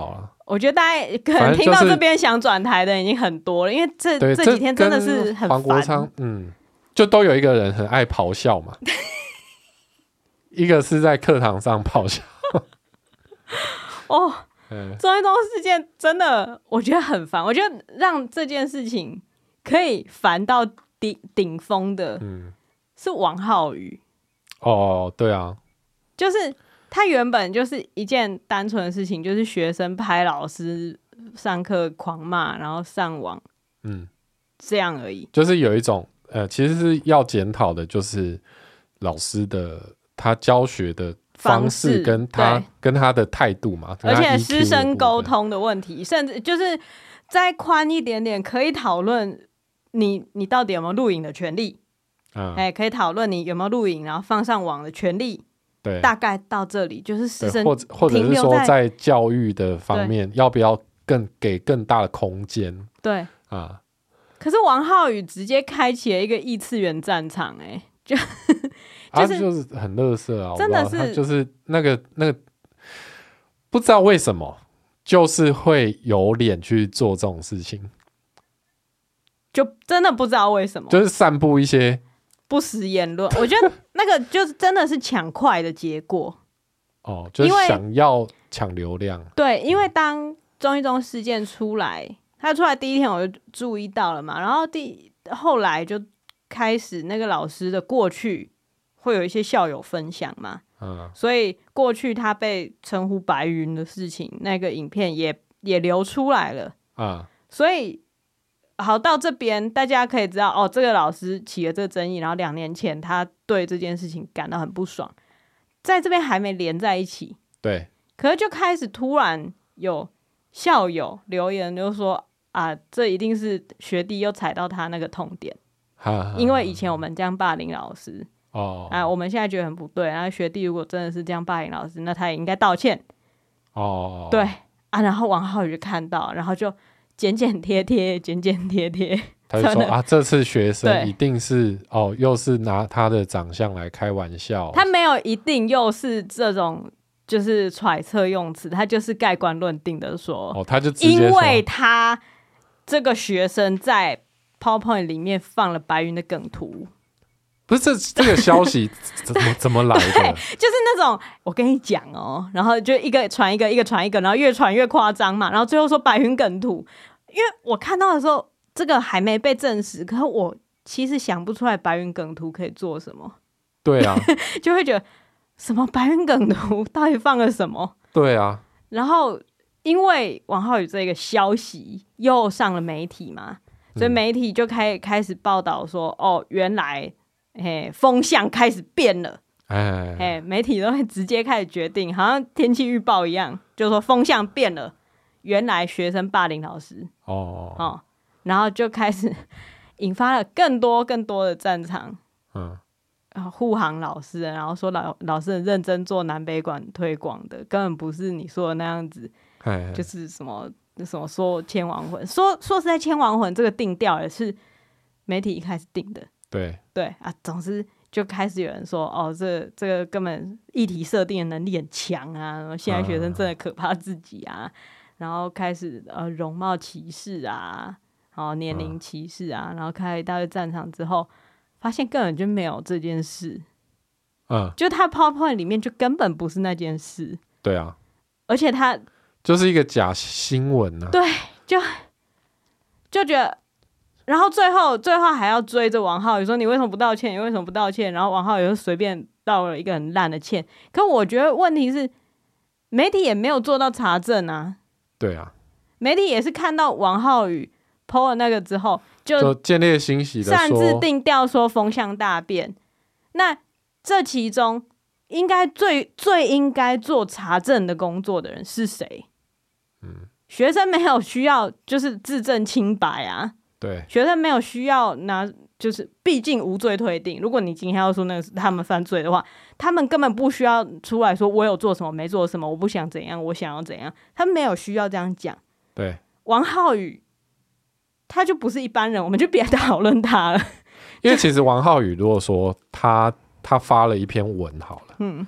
我觉得大家可能听到这边想转台的已经很多了，因为这这几天真的是很烦。黄国昌，嗯，就都有一个人很爱咆哮嘛，一个是在课堂上咆哮。 哦，中一中事件真的我觉得很烦，我觉得让这件事情可以烦到顶顶峰的，嗯，是王浩宇。 哦，对啊， 就是他原本就是一件单纯的事情，就是学生拍老师上课狂骂，然后上网，嗯，这样而已。 就是有一种呃，其实是要检讨的，就是老师的他教学的方式跟他跟他的态度嘛， 而且师生沟通的问题，甚至就是再宽一点点，可以讨论你你到底有没有录影的权利，嗯，哎，可以讨论你有没有录影然后放上网的权利。 对， 大概到这里就是师生， 或者或者是说在教育的方面，要不要更给更大的空间？ 对啊，可是王浩宇直接开启了一个异次元战场，哎，就。 他、就是啊、就是很垃圾啊， 真的是就是那个那个不知道为什么就是会有脸去做这种事情， 就真的不知道为什么， 就是散布一些不实言论。我觉得那个就是真的是抢快的结果哦，就是想要抢流量。 对，因为当中一中事件出来，他出来第一天我就注意到了嘛，然后第后来就开始那个老师的过去。会有一些校友分享嘛，嗯，所以过去他被称呼白云的事情，那个影片也也流出来了，嗯，所以好到这边大家可以知道，哦，这个老师起了这个争议，然后两年前他对这件事情感到很不爽，在这边还没连在一起， 对， 可是就开始突然有校友留言就说啊，这一定是学弟又踩到他那个痛点，因为以前我们这样霸凌老师。哦，啊，我们现在觉得很不对。然后学弟如果真的是这样霸凌老师，那他也应该道歉。哦，对啊，然后王浩宇就看到，然后就剪剪贴贴，剪剪贴贴。 他就说啊，这次学生一定是哦，又是拿他的长相来开玩笑。 他没有一定又是这种就是揣测用词，他就是盖棺论定的说， 哦，他就直接说因为他这个学生在 PowerPoint 里面放了白云的梗图。 不是这这个消息怎么怎么来的？ 就是那种我跟你讲哦，然后就一个传一个，一个传一个，然后越传越夸张嘛，然后最后说白云梗图。因为我看到的时候，这个还没被证实，可是我其实想不出来白云梗图可以做什么。 对啊， 就会觉得什么白云梗图到底放了什么？ 对啊， 然后因为王浩宇这个消息又上了媒体嘛，所以媒体就开开始报道说，哦，原来。嘿，风向开始变了，哎，嘿，媒体都会直接开始决定，好像天气预报一样，就說風向變了，原來學生霸凌老師，哦，哦，然後就開始引發了更多更多的戰場，嗯，護航老師，然後說老老師很認真做南北館推廣的，根本不是你說的那樣子，就是什麼什麼說千王魂，說說實在千王魂這個定調也是媒體一開始定的。 對對啊，總之就開始有人說，哦，這這個根本議題設定的能力很強啊，現在學生真的可怕自己啊，嗯、然後開始呃容貌歧視啊，然後年齡歧視啊，嗯、然後開一大堆戰場之後，發現根本就沒有這件事，嗯，就他 PowerPoint 裡面就根本不是那件事， 對啊， 而且他就是一個假新聞啊， 對，就就覺得。然後最後最後還要追着王浩宇說你為什麼不道歉？你為什麼不道歉？然後王浩宇就隨便道了一個很爛的歉。可我覺得問題是媒體也沒有做到查證啊。 對啊， 媒體也是看到王浩宇 po 了那個之後就就見獵心喜的說擅自定調說風向大變。那這其中應該最最應該做查證的工作的人是誰？嗯，學生沒有需要就是自證清白啊。 對， 學生沒有需要拿，就是畢竟無罪推定。如果你今天要說那個是他們犯罪的話，他們根本不需要出來說我有做什麼沒做什麼，我不想怎樣，我想要怎樣，他們沒有需要這樣講。 對， 王浩宇他就不是一般人，我們就別討論他了。 因為其實王浩宇如果說他他發了一篇文好了，嗯，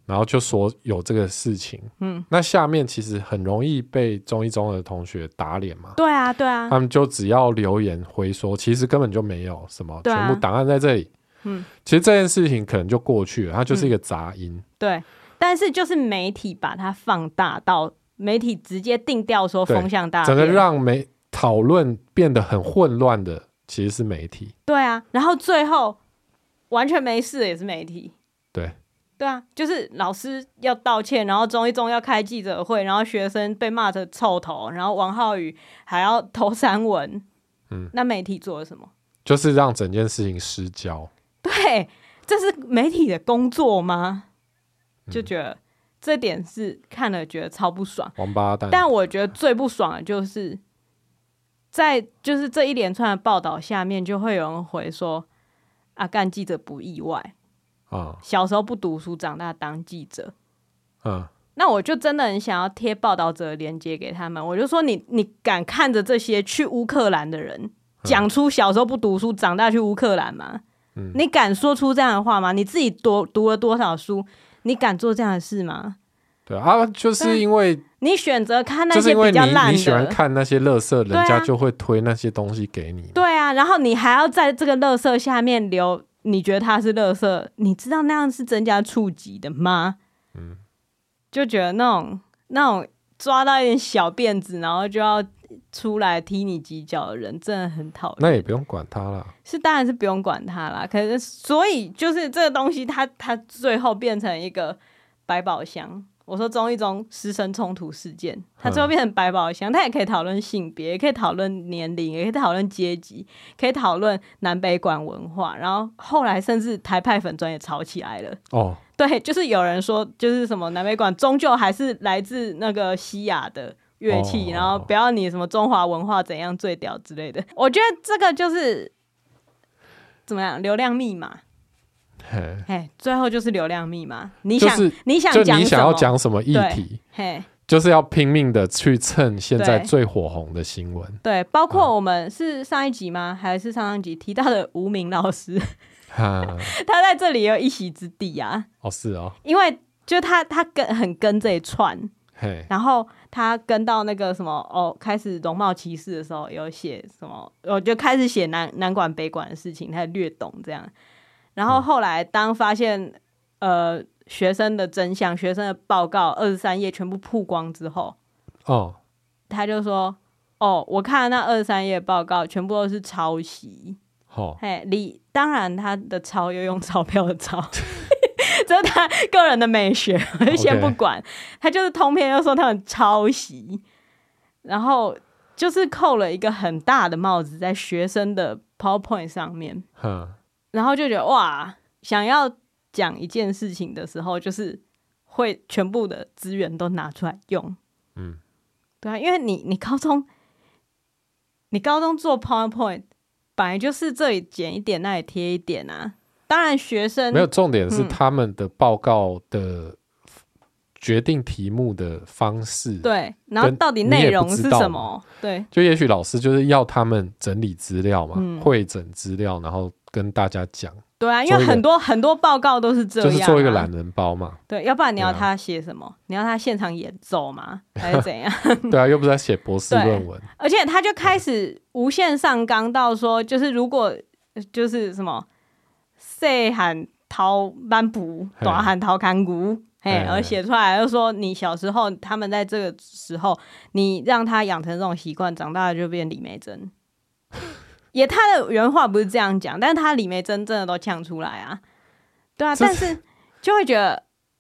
然后就说有这个事情，嗯，那下面其实很容易被中一中的同学打脸嘛。 对啊，对啊， 他们就只要留言回说，其实根本就没有什么，啊、全部档案在这里。嗯，其实这件事情可能就过去了，它就是一个杂音。嗯、 对，但是就是媒体把它放大到媒体直接定调说风向大变， 整个让媒讨论变得很混乱的，其实是媒体。 对啊，然后最后完全没事的也是媒体。 对。 对啊，就是老师要道歉，然后中一中要开记者会，然后学生被骂成臭头，然后王浩宇还要投删文，嗯，那媒体做了什么？ 就是让整件事情失焦。 对，这是媒体的工作吗？就觉得、嗯、这点是看了觉得超不爽， 王八蛋。 但我觉得最不爽的就是在就是这一连串的报道下面，就会有人回说啊，干记者不意外。嗯、小时候不读书，长大当记者。嗯，那我就真的很想要贴报道者的连结给他们。我就说你，你敢看着这些去乌克兰的人讲出小时候不读书，长大去乌克兰吗？嗯、你敢说出这样的话吗？你自己多读了多少书？你敢做这样的事吗？ 对啊，就是因为你选择看那些比较烂的，就是因为你, 你喜欢看那些垃圾，人家就会推那些东西给你。 对啊，然后你还要在这个垃圾下面留。你觉得他是垃圾，你知道那样是增加触及的吗？嗯，就觉得那种那种抓到一点小辫子，然后就要出来踢你几脚的人，真的很讨厌。 那也不用管他啦， 是当然是不用管他啦。可是所以就是这个东西它，它它最后变成一个百宝箱。我说中一中师生冲突事件，它最后变成百宝箱，它也可以讨论性别，也可以讨论年龄，也可以讨论阶级，可以讨论南北管文化，然后后来甚至台派粉专也吵起来了。哦，对，就是有人说，就是什么南北管终究还是来自那个西亚的乐器，哦、然后不要你什么中华文化怎样最屌之类的。我觉得这个就是怎么样，流量密码。嘿，最后就是流量密码。你想，就是、你想讲什么？就你想要讲什么议题？嘿，就是要拼命的去蹭现在最火红的新闻。 对，包括我们是上一集吗？还是上上集提到的吴明老师？他在这里也有一席之地啊。 哦，是哦， 因为就他他跟很跟这一串，然后他跟到那个什么哦，开始容貌歧视的时候，有写什么，我就开始写南南管北管的事情，他略懂这样。然后后来当发现呃学生的真相，学生的报告二十三页全部曝光之后，哦，他就说哦，我看那二十三页报告全部都是抄袭。哦，嘿，你当然他的抄又用钞票的抄，这是他个人的美学，我就先不管。Okay. 他就是通篇又说他们抄袭，然后就是扣了一个很大的帽子在学生的 PowerPoint 上面。嗯。然后就觉得哇，想要讲一件事情的时候，就是会全部的资源都拿出来用。嗯，对啊，因为你你高中你高中做 PowerPoint 本来就是这里剪一点那里贴一点啊。当然学生没有，重点是他们的报告的决定题目的方式， 对，然后到底内容是什么？对， 就也许老师就是要他们整理资料嘛，嗯、汇整资料，然后跟大家讲。 对啊，因为很多很多报告都是这样、啊， 就是做一个懒人包嘛。 对，要不然你要他写什么？啊、你要他现场演奏吗？还是怎样？ 对啊，又不是在写博士论文。 而且他就开始无限上纲到说，就是如果就是什么细汉偷班补，大汉偷看骨。嘿，而写出来就说你小时候，他们在这个时候，你让他养成这种习惯，长大了就变李梅珍。也他的原话不是这样讲，但是他李梅珍真的都呛出来啊，对啊，但是就会觉得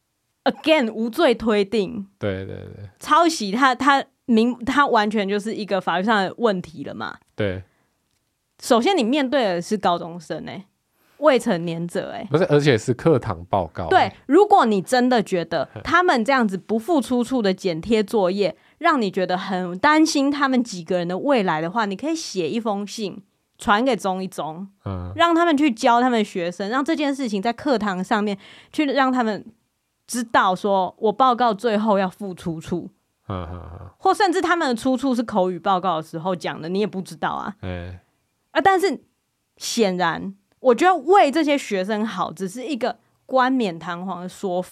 again 无罪推定， 对对对， 抄袭他他明他完全就是一个法律上的问题了嘛。 对， 首先你面对的是高中生哎、欸。未成年者哎、欸， 不是，而且是课堂报告、欸。 对，如果你真的觉得他们这样子不负出处的剪贴作业，让你觉得很担心他们几个人的未来的话，你可以写一封信传给中一中，嗯，让他们去教他们学生，让这件事情在课堂上面去让他们知道，说我报告最后要附出处，嗯嗯嗯，或甚至他们的出处是口语报告的时候讲的，你也不知道啊，欸、啊，但是显然。我觉得为这些学生好只是一个冠冕堂皇的说法，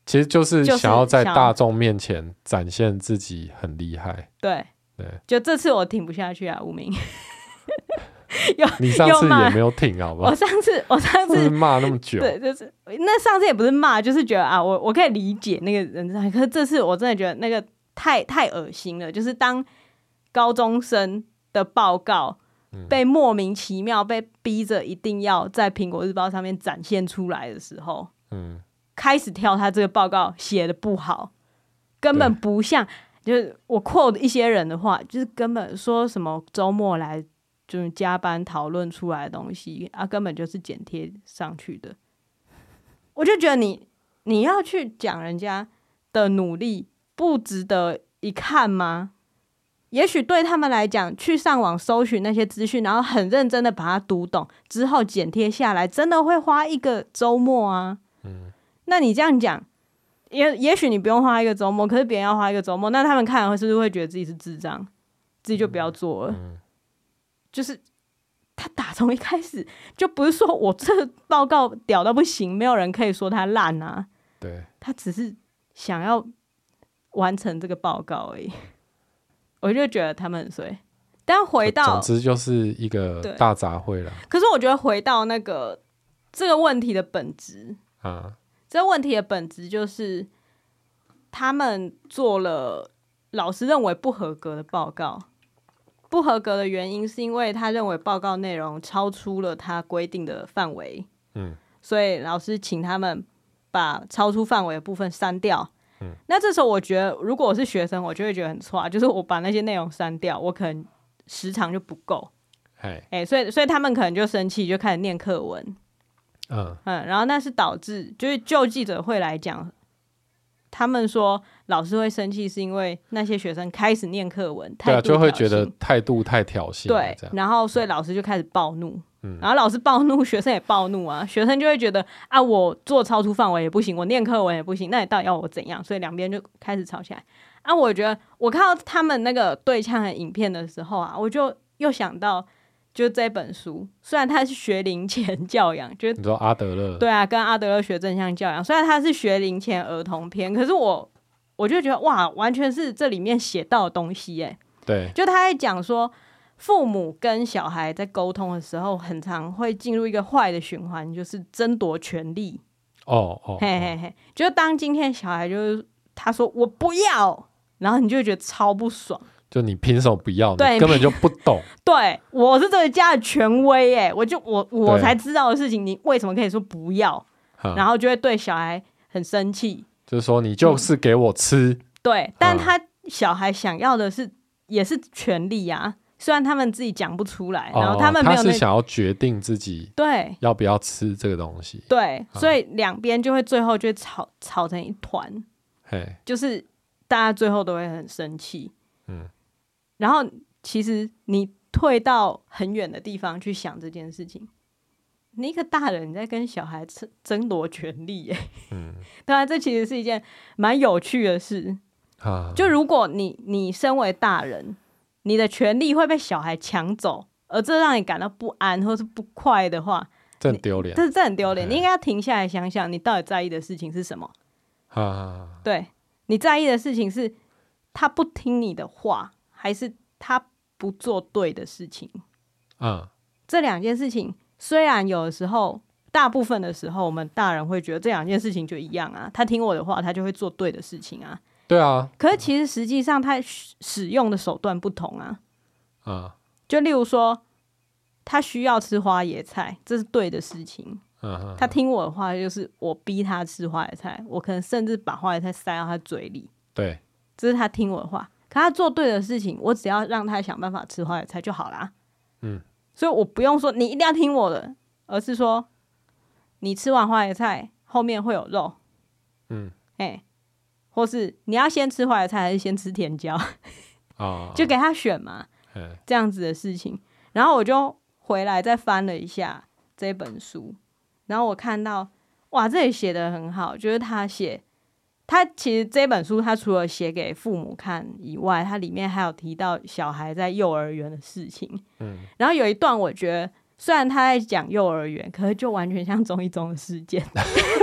其实就是想要在大众面前展现自己很厉害。 对对， 就这次我挺不下去啊，无名。 你上次也没有挺好不好？ 我上次我上次骂那么久， 对，就是那上次也不是骂，就是觉得啊，我我可以理解那个人，可是这次我真的觉得那个太太恶心了。就是当高中生的报告被莫名其妙被逼着一定要在苹果日报上面展现出来的时候，嗯，开始挑他这个报告写的不好，根本不像，就是我 quote 一些人的话，就是根本说什么周末来就是加班讨论出来的东西啊，根本就是剪贴上去的。我就觉得你你要去讲人家的努力不值得一看吗？也许对他们来讲，去上网搜寻那些资讯，然后很认真的把它读懂之后剪贴下来，真的会花一个周末啊。嗯，那你这样讲，也也许你不用花一个周末，可是别人要花一个周末，那他们看了是不是会觉得自己是智障，自己就不要做了？嗯，就是他打从一开始就不是说我这个报告屌到不行，没有人可以说他烂啊。 对， 他只是想要完成这个报告而已。我就觉得他们很衰，但回到总之就是一个大杂烩了。 可是我觉得回到那个这个问题的本质啊，这个问题的本质就是他们做了老师认为不合格的报告。不合格的原因是因为他认为报告内容超出了他规定的范围，嗯，所以老师请他们把超出范围的部分删掉。嗯，那这时候我觉得如果我是学生，我就会觉得很挫，就是我把那些内容删掉，我可能时长就不够，哎、欸，所以所以他们可能就生气，就开始念课文，嗯嗯，然后那是导致就是就记者会来讲，他们说老师会生气是因为那些学生开始念课文，态度挑衅，对啊， 就会觉得态度太挑衅， 对，然后所以老师就开始暴怒。嗯，然后老师暴怒，学生也暴怒啊，学生就会觉得啊，我做超出范围也不行，我念课文也不行，那你到底要我怎样？所以两边就开始吵起来啊。我觉得我看到他们那个对呛的影片的时候啊，我就又想到，就这本书，虽然他是学龄前教养，就是你说阿德勒， 对啊，跟阿德勒学正向教养，虽然他是学龄前儿童篇，可是我我就觉得哇，完全是这里面写到的东西耶。 对， 就他在讲说，父母跟小孩在沟通的时候，很常会进入一个坏的循环，就是争夺权利。 哦哦， 嘿嘿嘿，就当今天小孩就是他说我不要，然后你就会觉得超不爽。 就你凭什么不要？对，你根本就不懂。 对，我是这个家的权威耶，我就我我才知道的事情，你为什么可以说不要？然后就会对小孩很生气， 就是说你就是给我吃。 嗯、对，但他小孩想要的是也是权利啊。虽然他们自己讲不出来，然后他们没有、那個哦、他是想要决定自己对要不要吃这个东西， 对，嗯、所以两边就会最后就会吵吵成一团，就是大家最后都会很生气，嗯，然后其实你退到很远的地方去想这件事情，你一个大人你在跟小孩争夺权利耶，嗯，当然这其实是一件蛮有趣的事，啊、就如果你你身为大人。你的权利会被小孩抢走，而这让你感到不安或是不快的话， 这很丢脸。 这这很丢脸。你应该要停下来想想，你到底在意的事情是什么？啊、对，你在意的事情是他不听你的话，还是他不做对的事情？嗯，这两件事情虽然有的时候，大部分的时候，我们大人会觉得这两件事情就一样啊，他听我的话，他就会做对的事情啊。 对啊， 可是其实实际上他使用的手段不同啊。啊，就例如说，他需要吃花椰菜，这是对的事情。啊、他听我的话，就是我逼他吃花椰菜，我可能甚至把花椰菜塞到他嘴里。 对， 这是他听我的话。可他做对的事情，我只要让他想办法吃花椰菜就好啦。嗯，所以我不用说你一定要听我的，而是说你吃完花椰菜后面会有肉。嗯，哎、欸。或是你要先吃花椰菜还是先吃甜椒、哦、就给他选嘛，这样子的事情。然后我就回来再翻了一下这本书，然后我看到哇，这里写得很好，就是他写他其实这本书他除了写给父母看以外，他里面还有提到小孩在幼儿园的事情、嗯、然后有一段我觉得虽然他在讲幼儿园，可是就完全像中一中的事件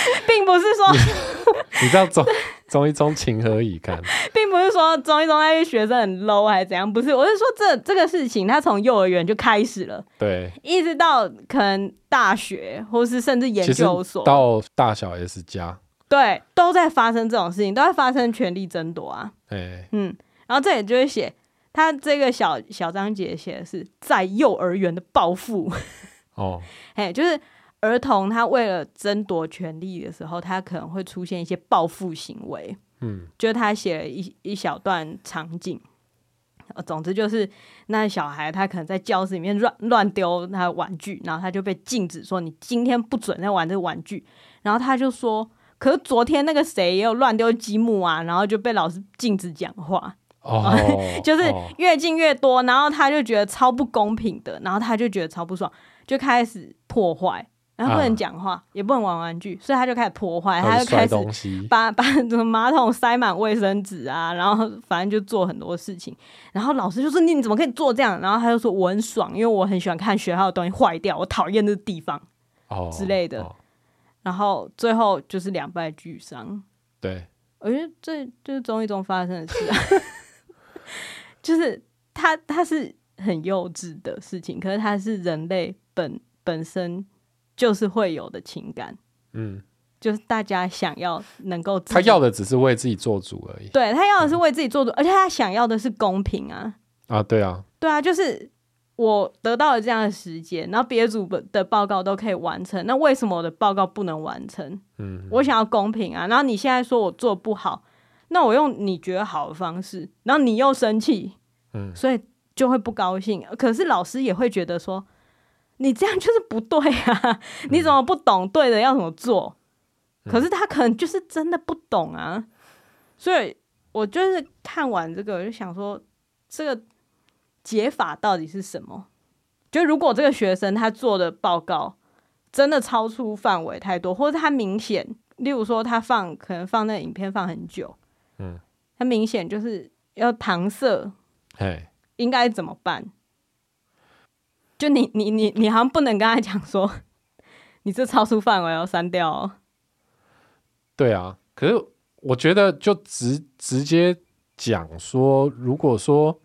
并不是说你知道中中一中情何以堪， 并不是说中一中那些学生很 low 还是怎样，不是，我是说这这个事情它从幼儿园就开始了， 对， 一直到可能大学或是甚至研究所到大小 S 加， 对，都在发生这种事情，都在发生权力争夺啊。 欸、 嗯，然后这里就会写他这个小小章节写的是在幼儿园的报复哦， 哎，就是儿童他为了争夺权利的时候，他可能会出现一些报复行为。嗯，就是他写了一一小段场景。总之就是那小孩他可能在教室里面乱乱丢他的玩具，然后他就被禁止说你今天不准再玩这个玩具，然后他就说可是昨天那个谁也有乱丢积木啊，然后就被老师禁止讲话。哦，就是越禁越多，然后他就觉得超不公平的，然后他就觉得超不爽，就开始破坏。然后不能讲话、啊，也不能玩玩具，所以他就开始破坏，他就开始把把马桶塞满卫生纸啊，然后反正就做很多事情。然后老师就说：“你怎么可以做这样？”然后他就说：“我很爽，因为我很喜欢看学校的东西坏掉，我讨厌这个地方、哦、之类的。哦”然后最后就是两败俱伤。 对， 我觉得这就是中一中发生的事啊，就是他他是很幼稚的事情，可是他是人类本本身。就是会有的情感，嗯，就是大家想要能够， 他要的只是为自己做主而已。 对，他要的是为自己做主，嗯、而且他想要的是公平啊！ 啊，对啊， 对啊，就是我得到了这样的时间，然后别组的报告都可以完成，那为什么我的报告不能完成？嗯，我想要公平啊！然后你现在说我做不好，那我用你觉得好的方式，然后你又生气，嗯，所以就会不高兴。可是老师也会觉得说。你这样就是不对啊！你怎么不懂对的要怎么做？嗯、可是他可能就是真的不懂啊，所以我就是看完这个，我就想说，这个解法到底是什么？就如果这个学生他做的报告真的超出范围太多，或者他明显，例如说他放可能放那个影片放很久，嗯，他明显就是要搪塞，嘿，应该怎么办？就你你你你好像不能跟他讲说，你这超出范围要删掉哦。 对啊，可是我觉得就直直接讲说，如果说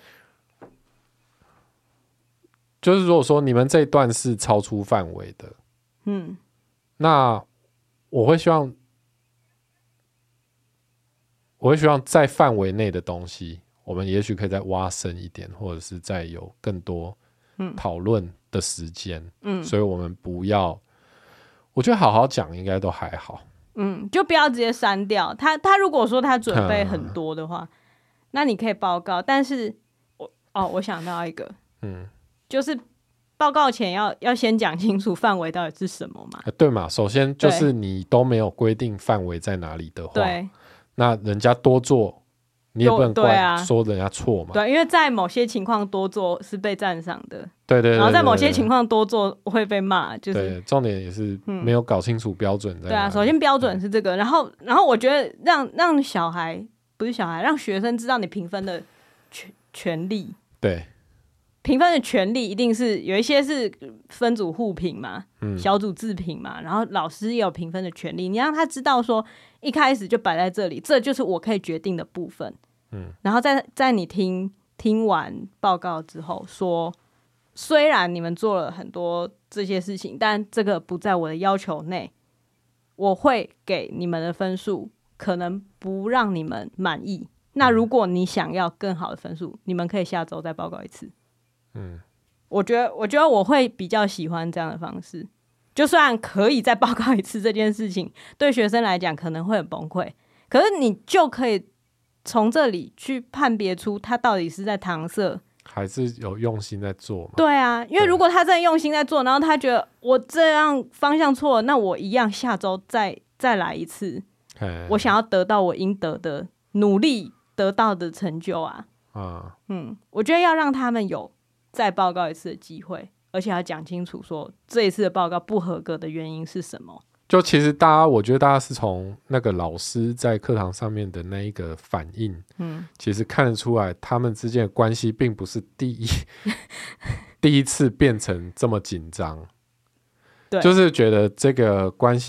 就是如果说你们这一段是超出范围的，嗯，那我会希望我会希望在范围内的东西，我们也许可以再挖深一点，或者是再有更多。讨论的时间，嗯，所以我们不要，我觉得好好讲应该都还好， 嗯，就不要直接删掉他。他如果说他准备很多的话，嗯、那你可以报告。但是我哦，我想到一个，嗯，就是报告前要要先讲清楚范围到底是什么嘛、 呃？对嘛？首先就是你都没有规定范围在哪里的话， 对， 那人家多做。你也不能怪说人家错嘛， 对、啊，因为在某些情况多做是被赞赏的， 对 对, 对, 对, 对， 然后在某些情况多做会被骂，就是对，重点也是没有搞清楚标准在哪里、嗯。 对啊，首先标准是这个，然后然后我觉得让让小孩不是小孩，让学生知道你评分的权权利， 对， 评分的权利一定是有一些是分组互评嘛，嗯、小组自评嘛，然后老师也有评分的权利，你让他知道说。一开始就摆在这里，这就是我可以决定的部分。嗯，然后在在你听听完报告之后说，虽然你们做了很多这些事情，但这个不在我的要求内，我会给你们的分数可能不让你们满意。那如果你想要更好的分数，你们可以下周再报告一次。嗯，我觉得我觉得我会比较喜欢这样的方式。就算可以再报告一次这件事情，对学生来讲可能会很崩溃，可是你就可以从这里去判别出他到底是在搪塞， 还是有用心在做嘛？ 对啊，因为如果他真的用心在做，然后他觉得我这样方向错了，那我一样下周再再来一次，我想要得到我应得的努力得到的成就啊！啊，嗯，我觉得要让他们有再报告一次的机会。而且要讲清楚说这一次的报告不合格的原因是什么。 就其实大家我觉得大家是从那个老师在课堂上面的那一个反应，嗯，其实看得出来他们之间的关系并不是第一第一次变成这么紧张，对，就是觉得这个关系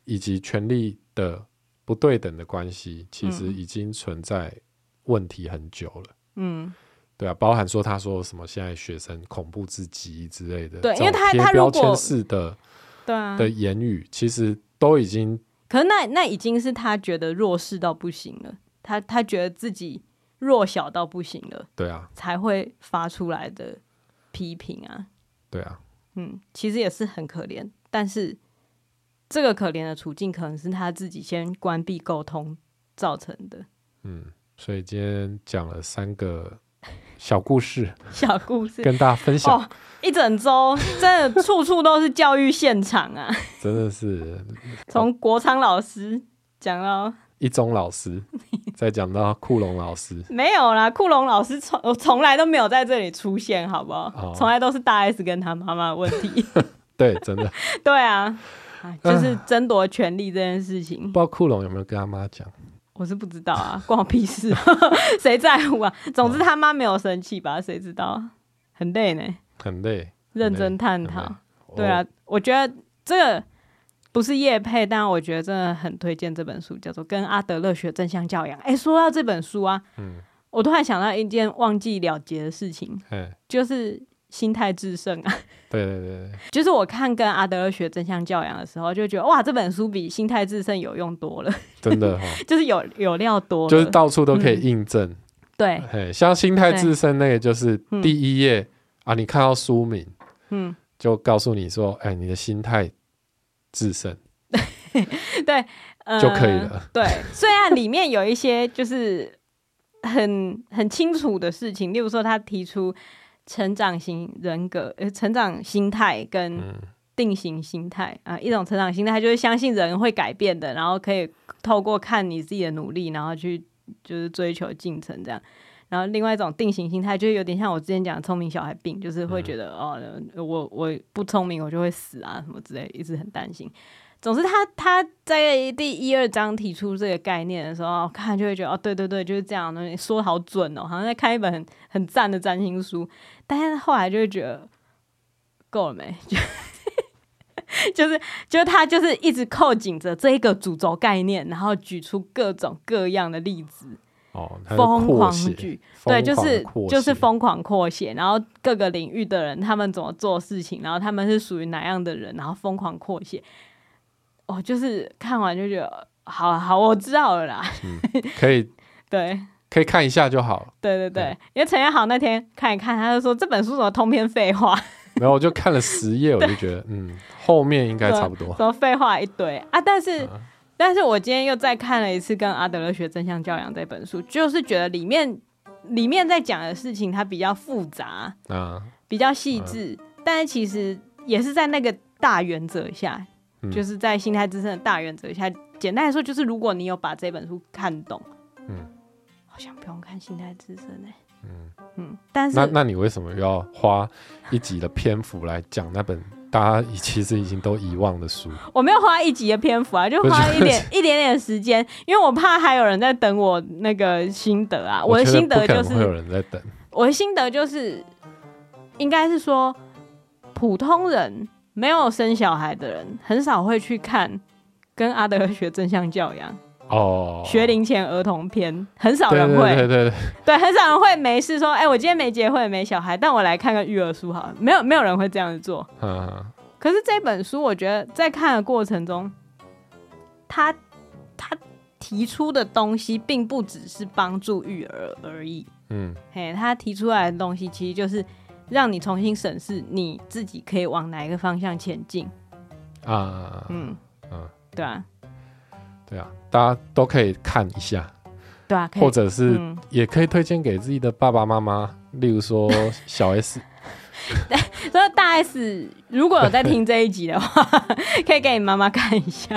以及权力的不对等的关系，其实已经存在问题很久了。嗯，对啊，包含说他说什么现在学生恐怖至极之类的， 对，因为他贴标签式的对啊的言语，其实都已经， 可是那那已经是他觉得弱势到不行了，他他觉得自己弱小到不行了， 对啊， 才会发出来的批评啊， 对啊， 嗯，其实也是很可怜，但是这个可怜的处境可能是他自己先关闭沟通造成的。 嗯，所以今天讲了三个小故事， 小故事跟大家分享。 哦，一整周真的处处都是教育现场啊！ 真的是从国昌老师讲到一中老师，再讲到库龙老师， 没有啦，库龙老师从从来都没有在这里出现，好不好？从、哦、来都是大 S 跟他妈妈的问题。 对，真的。 对啊，就是争夺权力这件事情。不知道库龙有没有跟他妈讲？ 我是不知道啊，关我屁事，谁在乎啊？总之他妈没有生气吧？谁知道？很累呢， 很累， 认真探讨。对啊，我觉得这个不是业配，但我觉得真的很推荐这本书，叫做《跟阿德勒学正向教养》。哎，说到这本书啊，嗯，我突然想到一件忘记了结的事情，就是心态致胜啊。 对对对， 就是我看跟阿德勒学正向教养的时候，就觉得哇，这本书比心态致胜有用多了， 真的、哦、 就是有有料多了， 就是到处都可以印证、嗯。 对， 像心态致胜那个，就是第一页、嗯、啊，你看到书名，嗯，就告诉你说，哎，你的心态致胜， 对、呃， 就可以了。 对，虽然里面有一些就是很很清楚的事情，例如说他提出。成长型人格、呃、成长心态跟定型心态、嗯、啊，一种成长心态就是相信人会改变的，然后可以透过看你自己的努力，然后去就是追求进程这样。然后另外一种定型心态就是有点像我之前讲的聪明小孩病，就是会觉得、嗯、哦，我我不聪明我就会死啊什么之类的，一直很担心。总之他他在第一二章提出这个概念的时候，看就会觉得哦，对对对，就是这样的，说好准哦，好像在看一本很很赞的占星书。但是后来就会觉得够了没？就是就是他就是一直扣紧着这一个主轴概念，然后举出各种各样的例子， 哦， 疯狂举，对，就是就是疯狂扩写，然后各个领域的人他们怎么做事情，然后他们是属于哪样的人，然后疯狂扩写。哦，就是看完就觉得好好，我知道了啦， 嗯、可以对， 可以看一下就好了。 对对对，因为陈彦豪那天看一看，他就说这本书怎么通篇废话， 然后我就看了十页，我就觉得嗯，后面应该差不多， 什么废话一堆啊！但是、嗯、但是我今天又再看了一次《跟阿德勒学正向教养》这本书，就是觉得里面里面在讲的事情它比较复杂啊，比较细致、嗯，但是其实也是在那个大原则下。就是在心态致胜的大原则下，简单来说就是如果你有把这本书看懂，嗯，好像不用看心态致胜哎、欸，嗯嗯，但是那那你为什么要花一集的篇幅来讲那本大家其实已经都遗忘的书？ 我没有花一集的篇幅啊，就花一点一点点时间，因为我怕还有人在等我那个心得啊。我的心得就是会有人在等， 我的心得就是应该是说普通人。没有生小孩的人很少会去看跟阿德勒学正向教养哦，学龄前儿童篇很少人会， 对对对 对, 对很少人会没事说，哎、欸，我今天没结婚没小孩，但我来看个育儿书好了，没有没有人会这样子做。嗯，可是这本书我觉得在看的过程中，他他提出的东西并不只是帮助育儿而已，嗯，嘿，他提出来的东西其实就是让你重新审视你自己可以往哪一个方向前进啊，嗯嗯，对啊对啊，大家都可以看一下， 对啊， 或者是也可以推荐给自己的爸爸妈妈，例如说小 S 对，所以大 S 如果有在听这一集的话可以给你妈妈看一下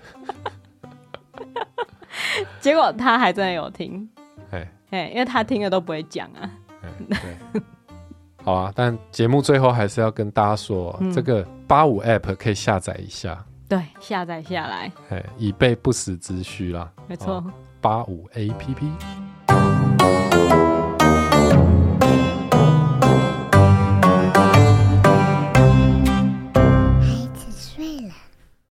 结果他还真的有听，嘿，因为他听了都不会讲啊， 对好啊，但节目最后还是要跟大家说，嗯、这个八五 App 可以下载一下， 对，下载下来， 以备不时之需啦。 没错， 八五 A P P。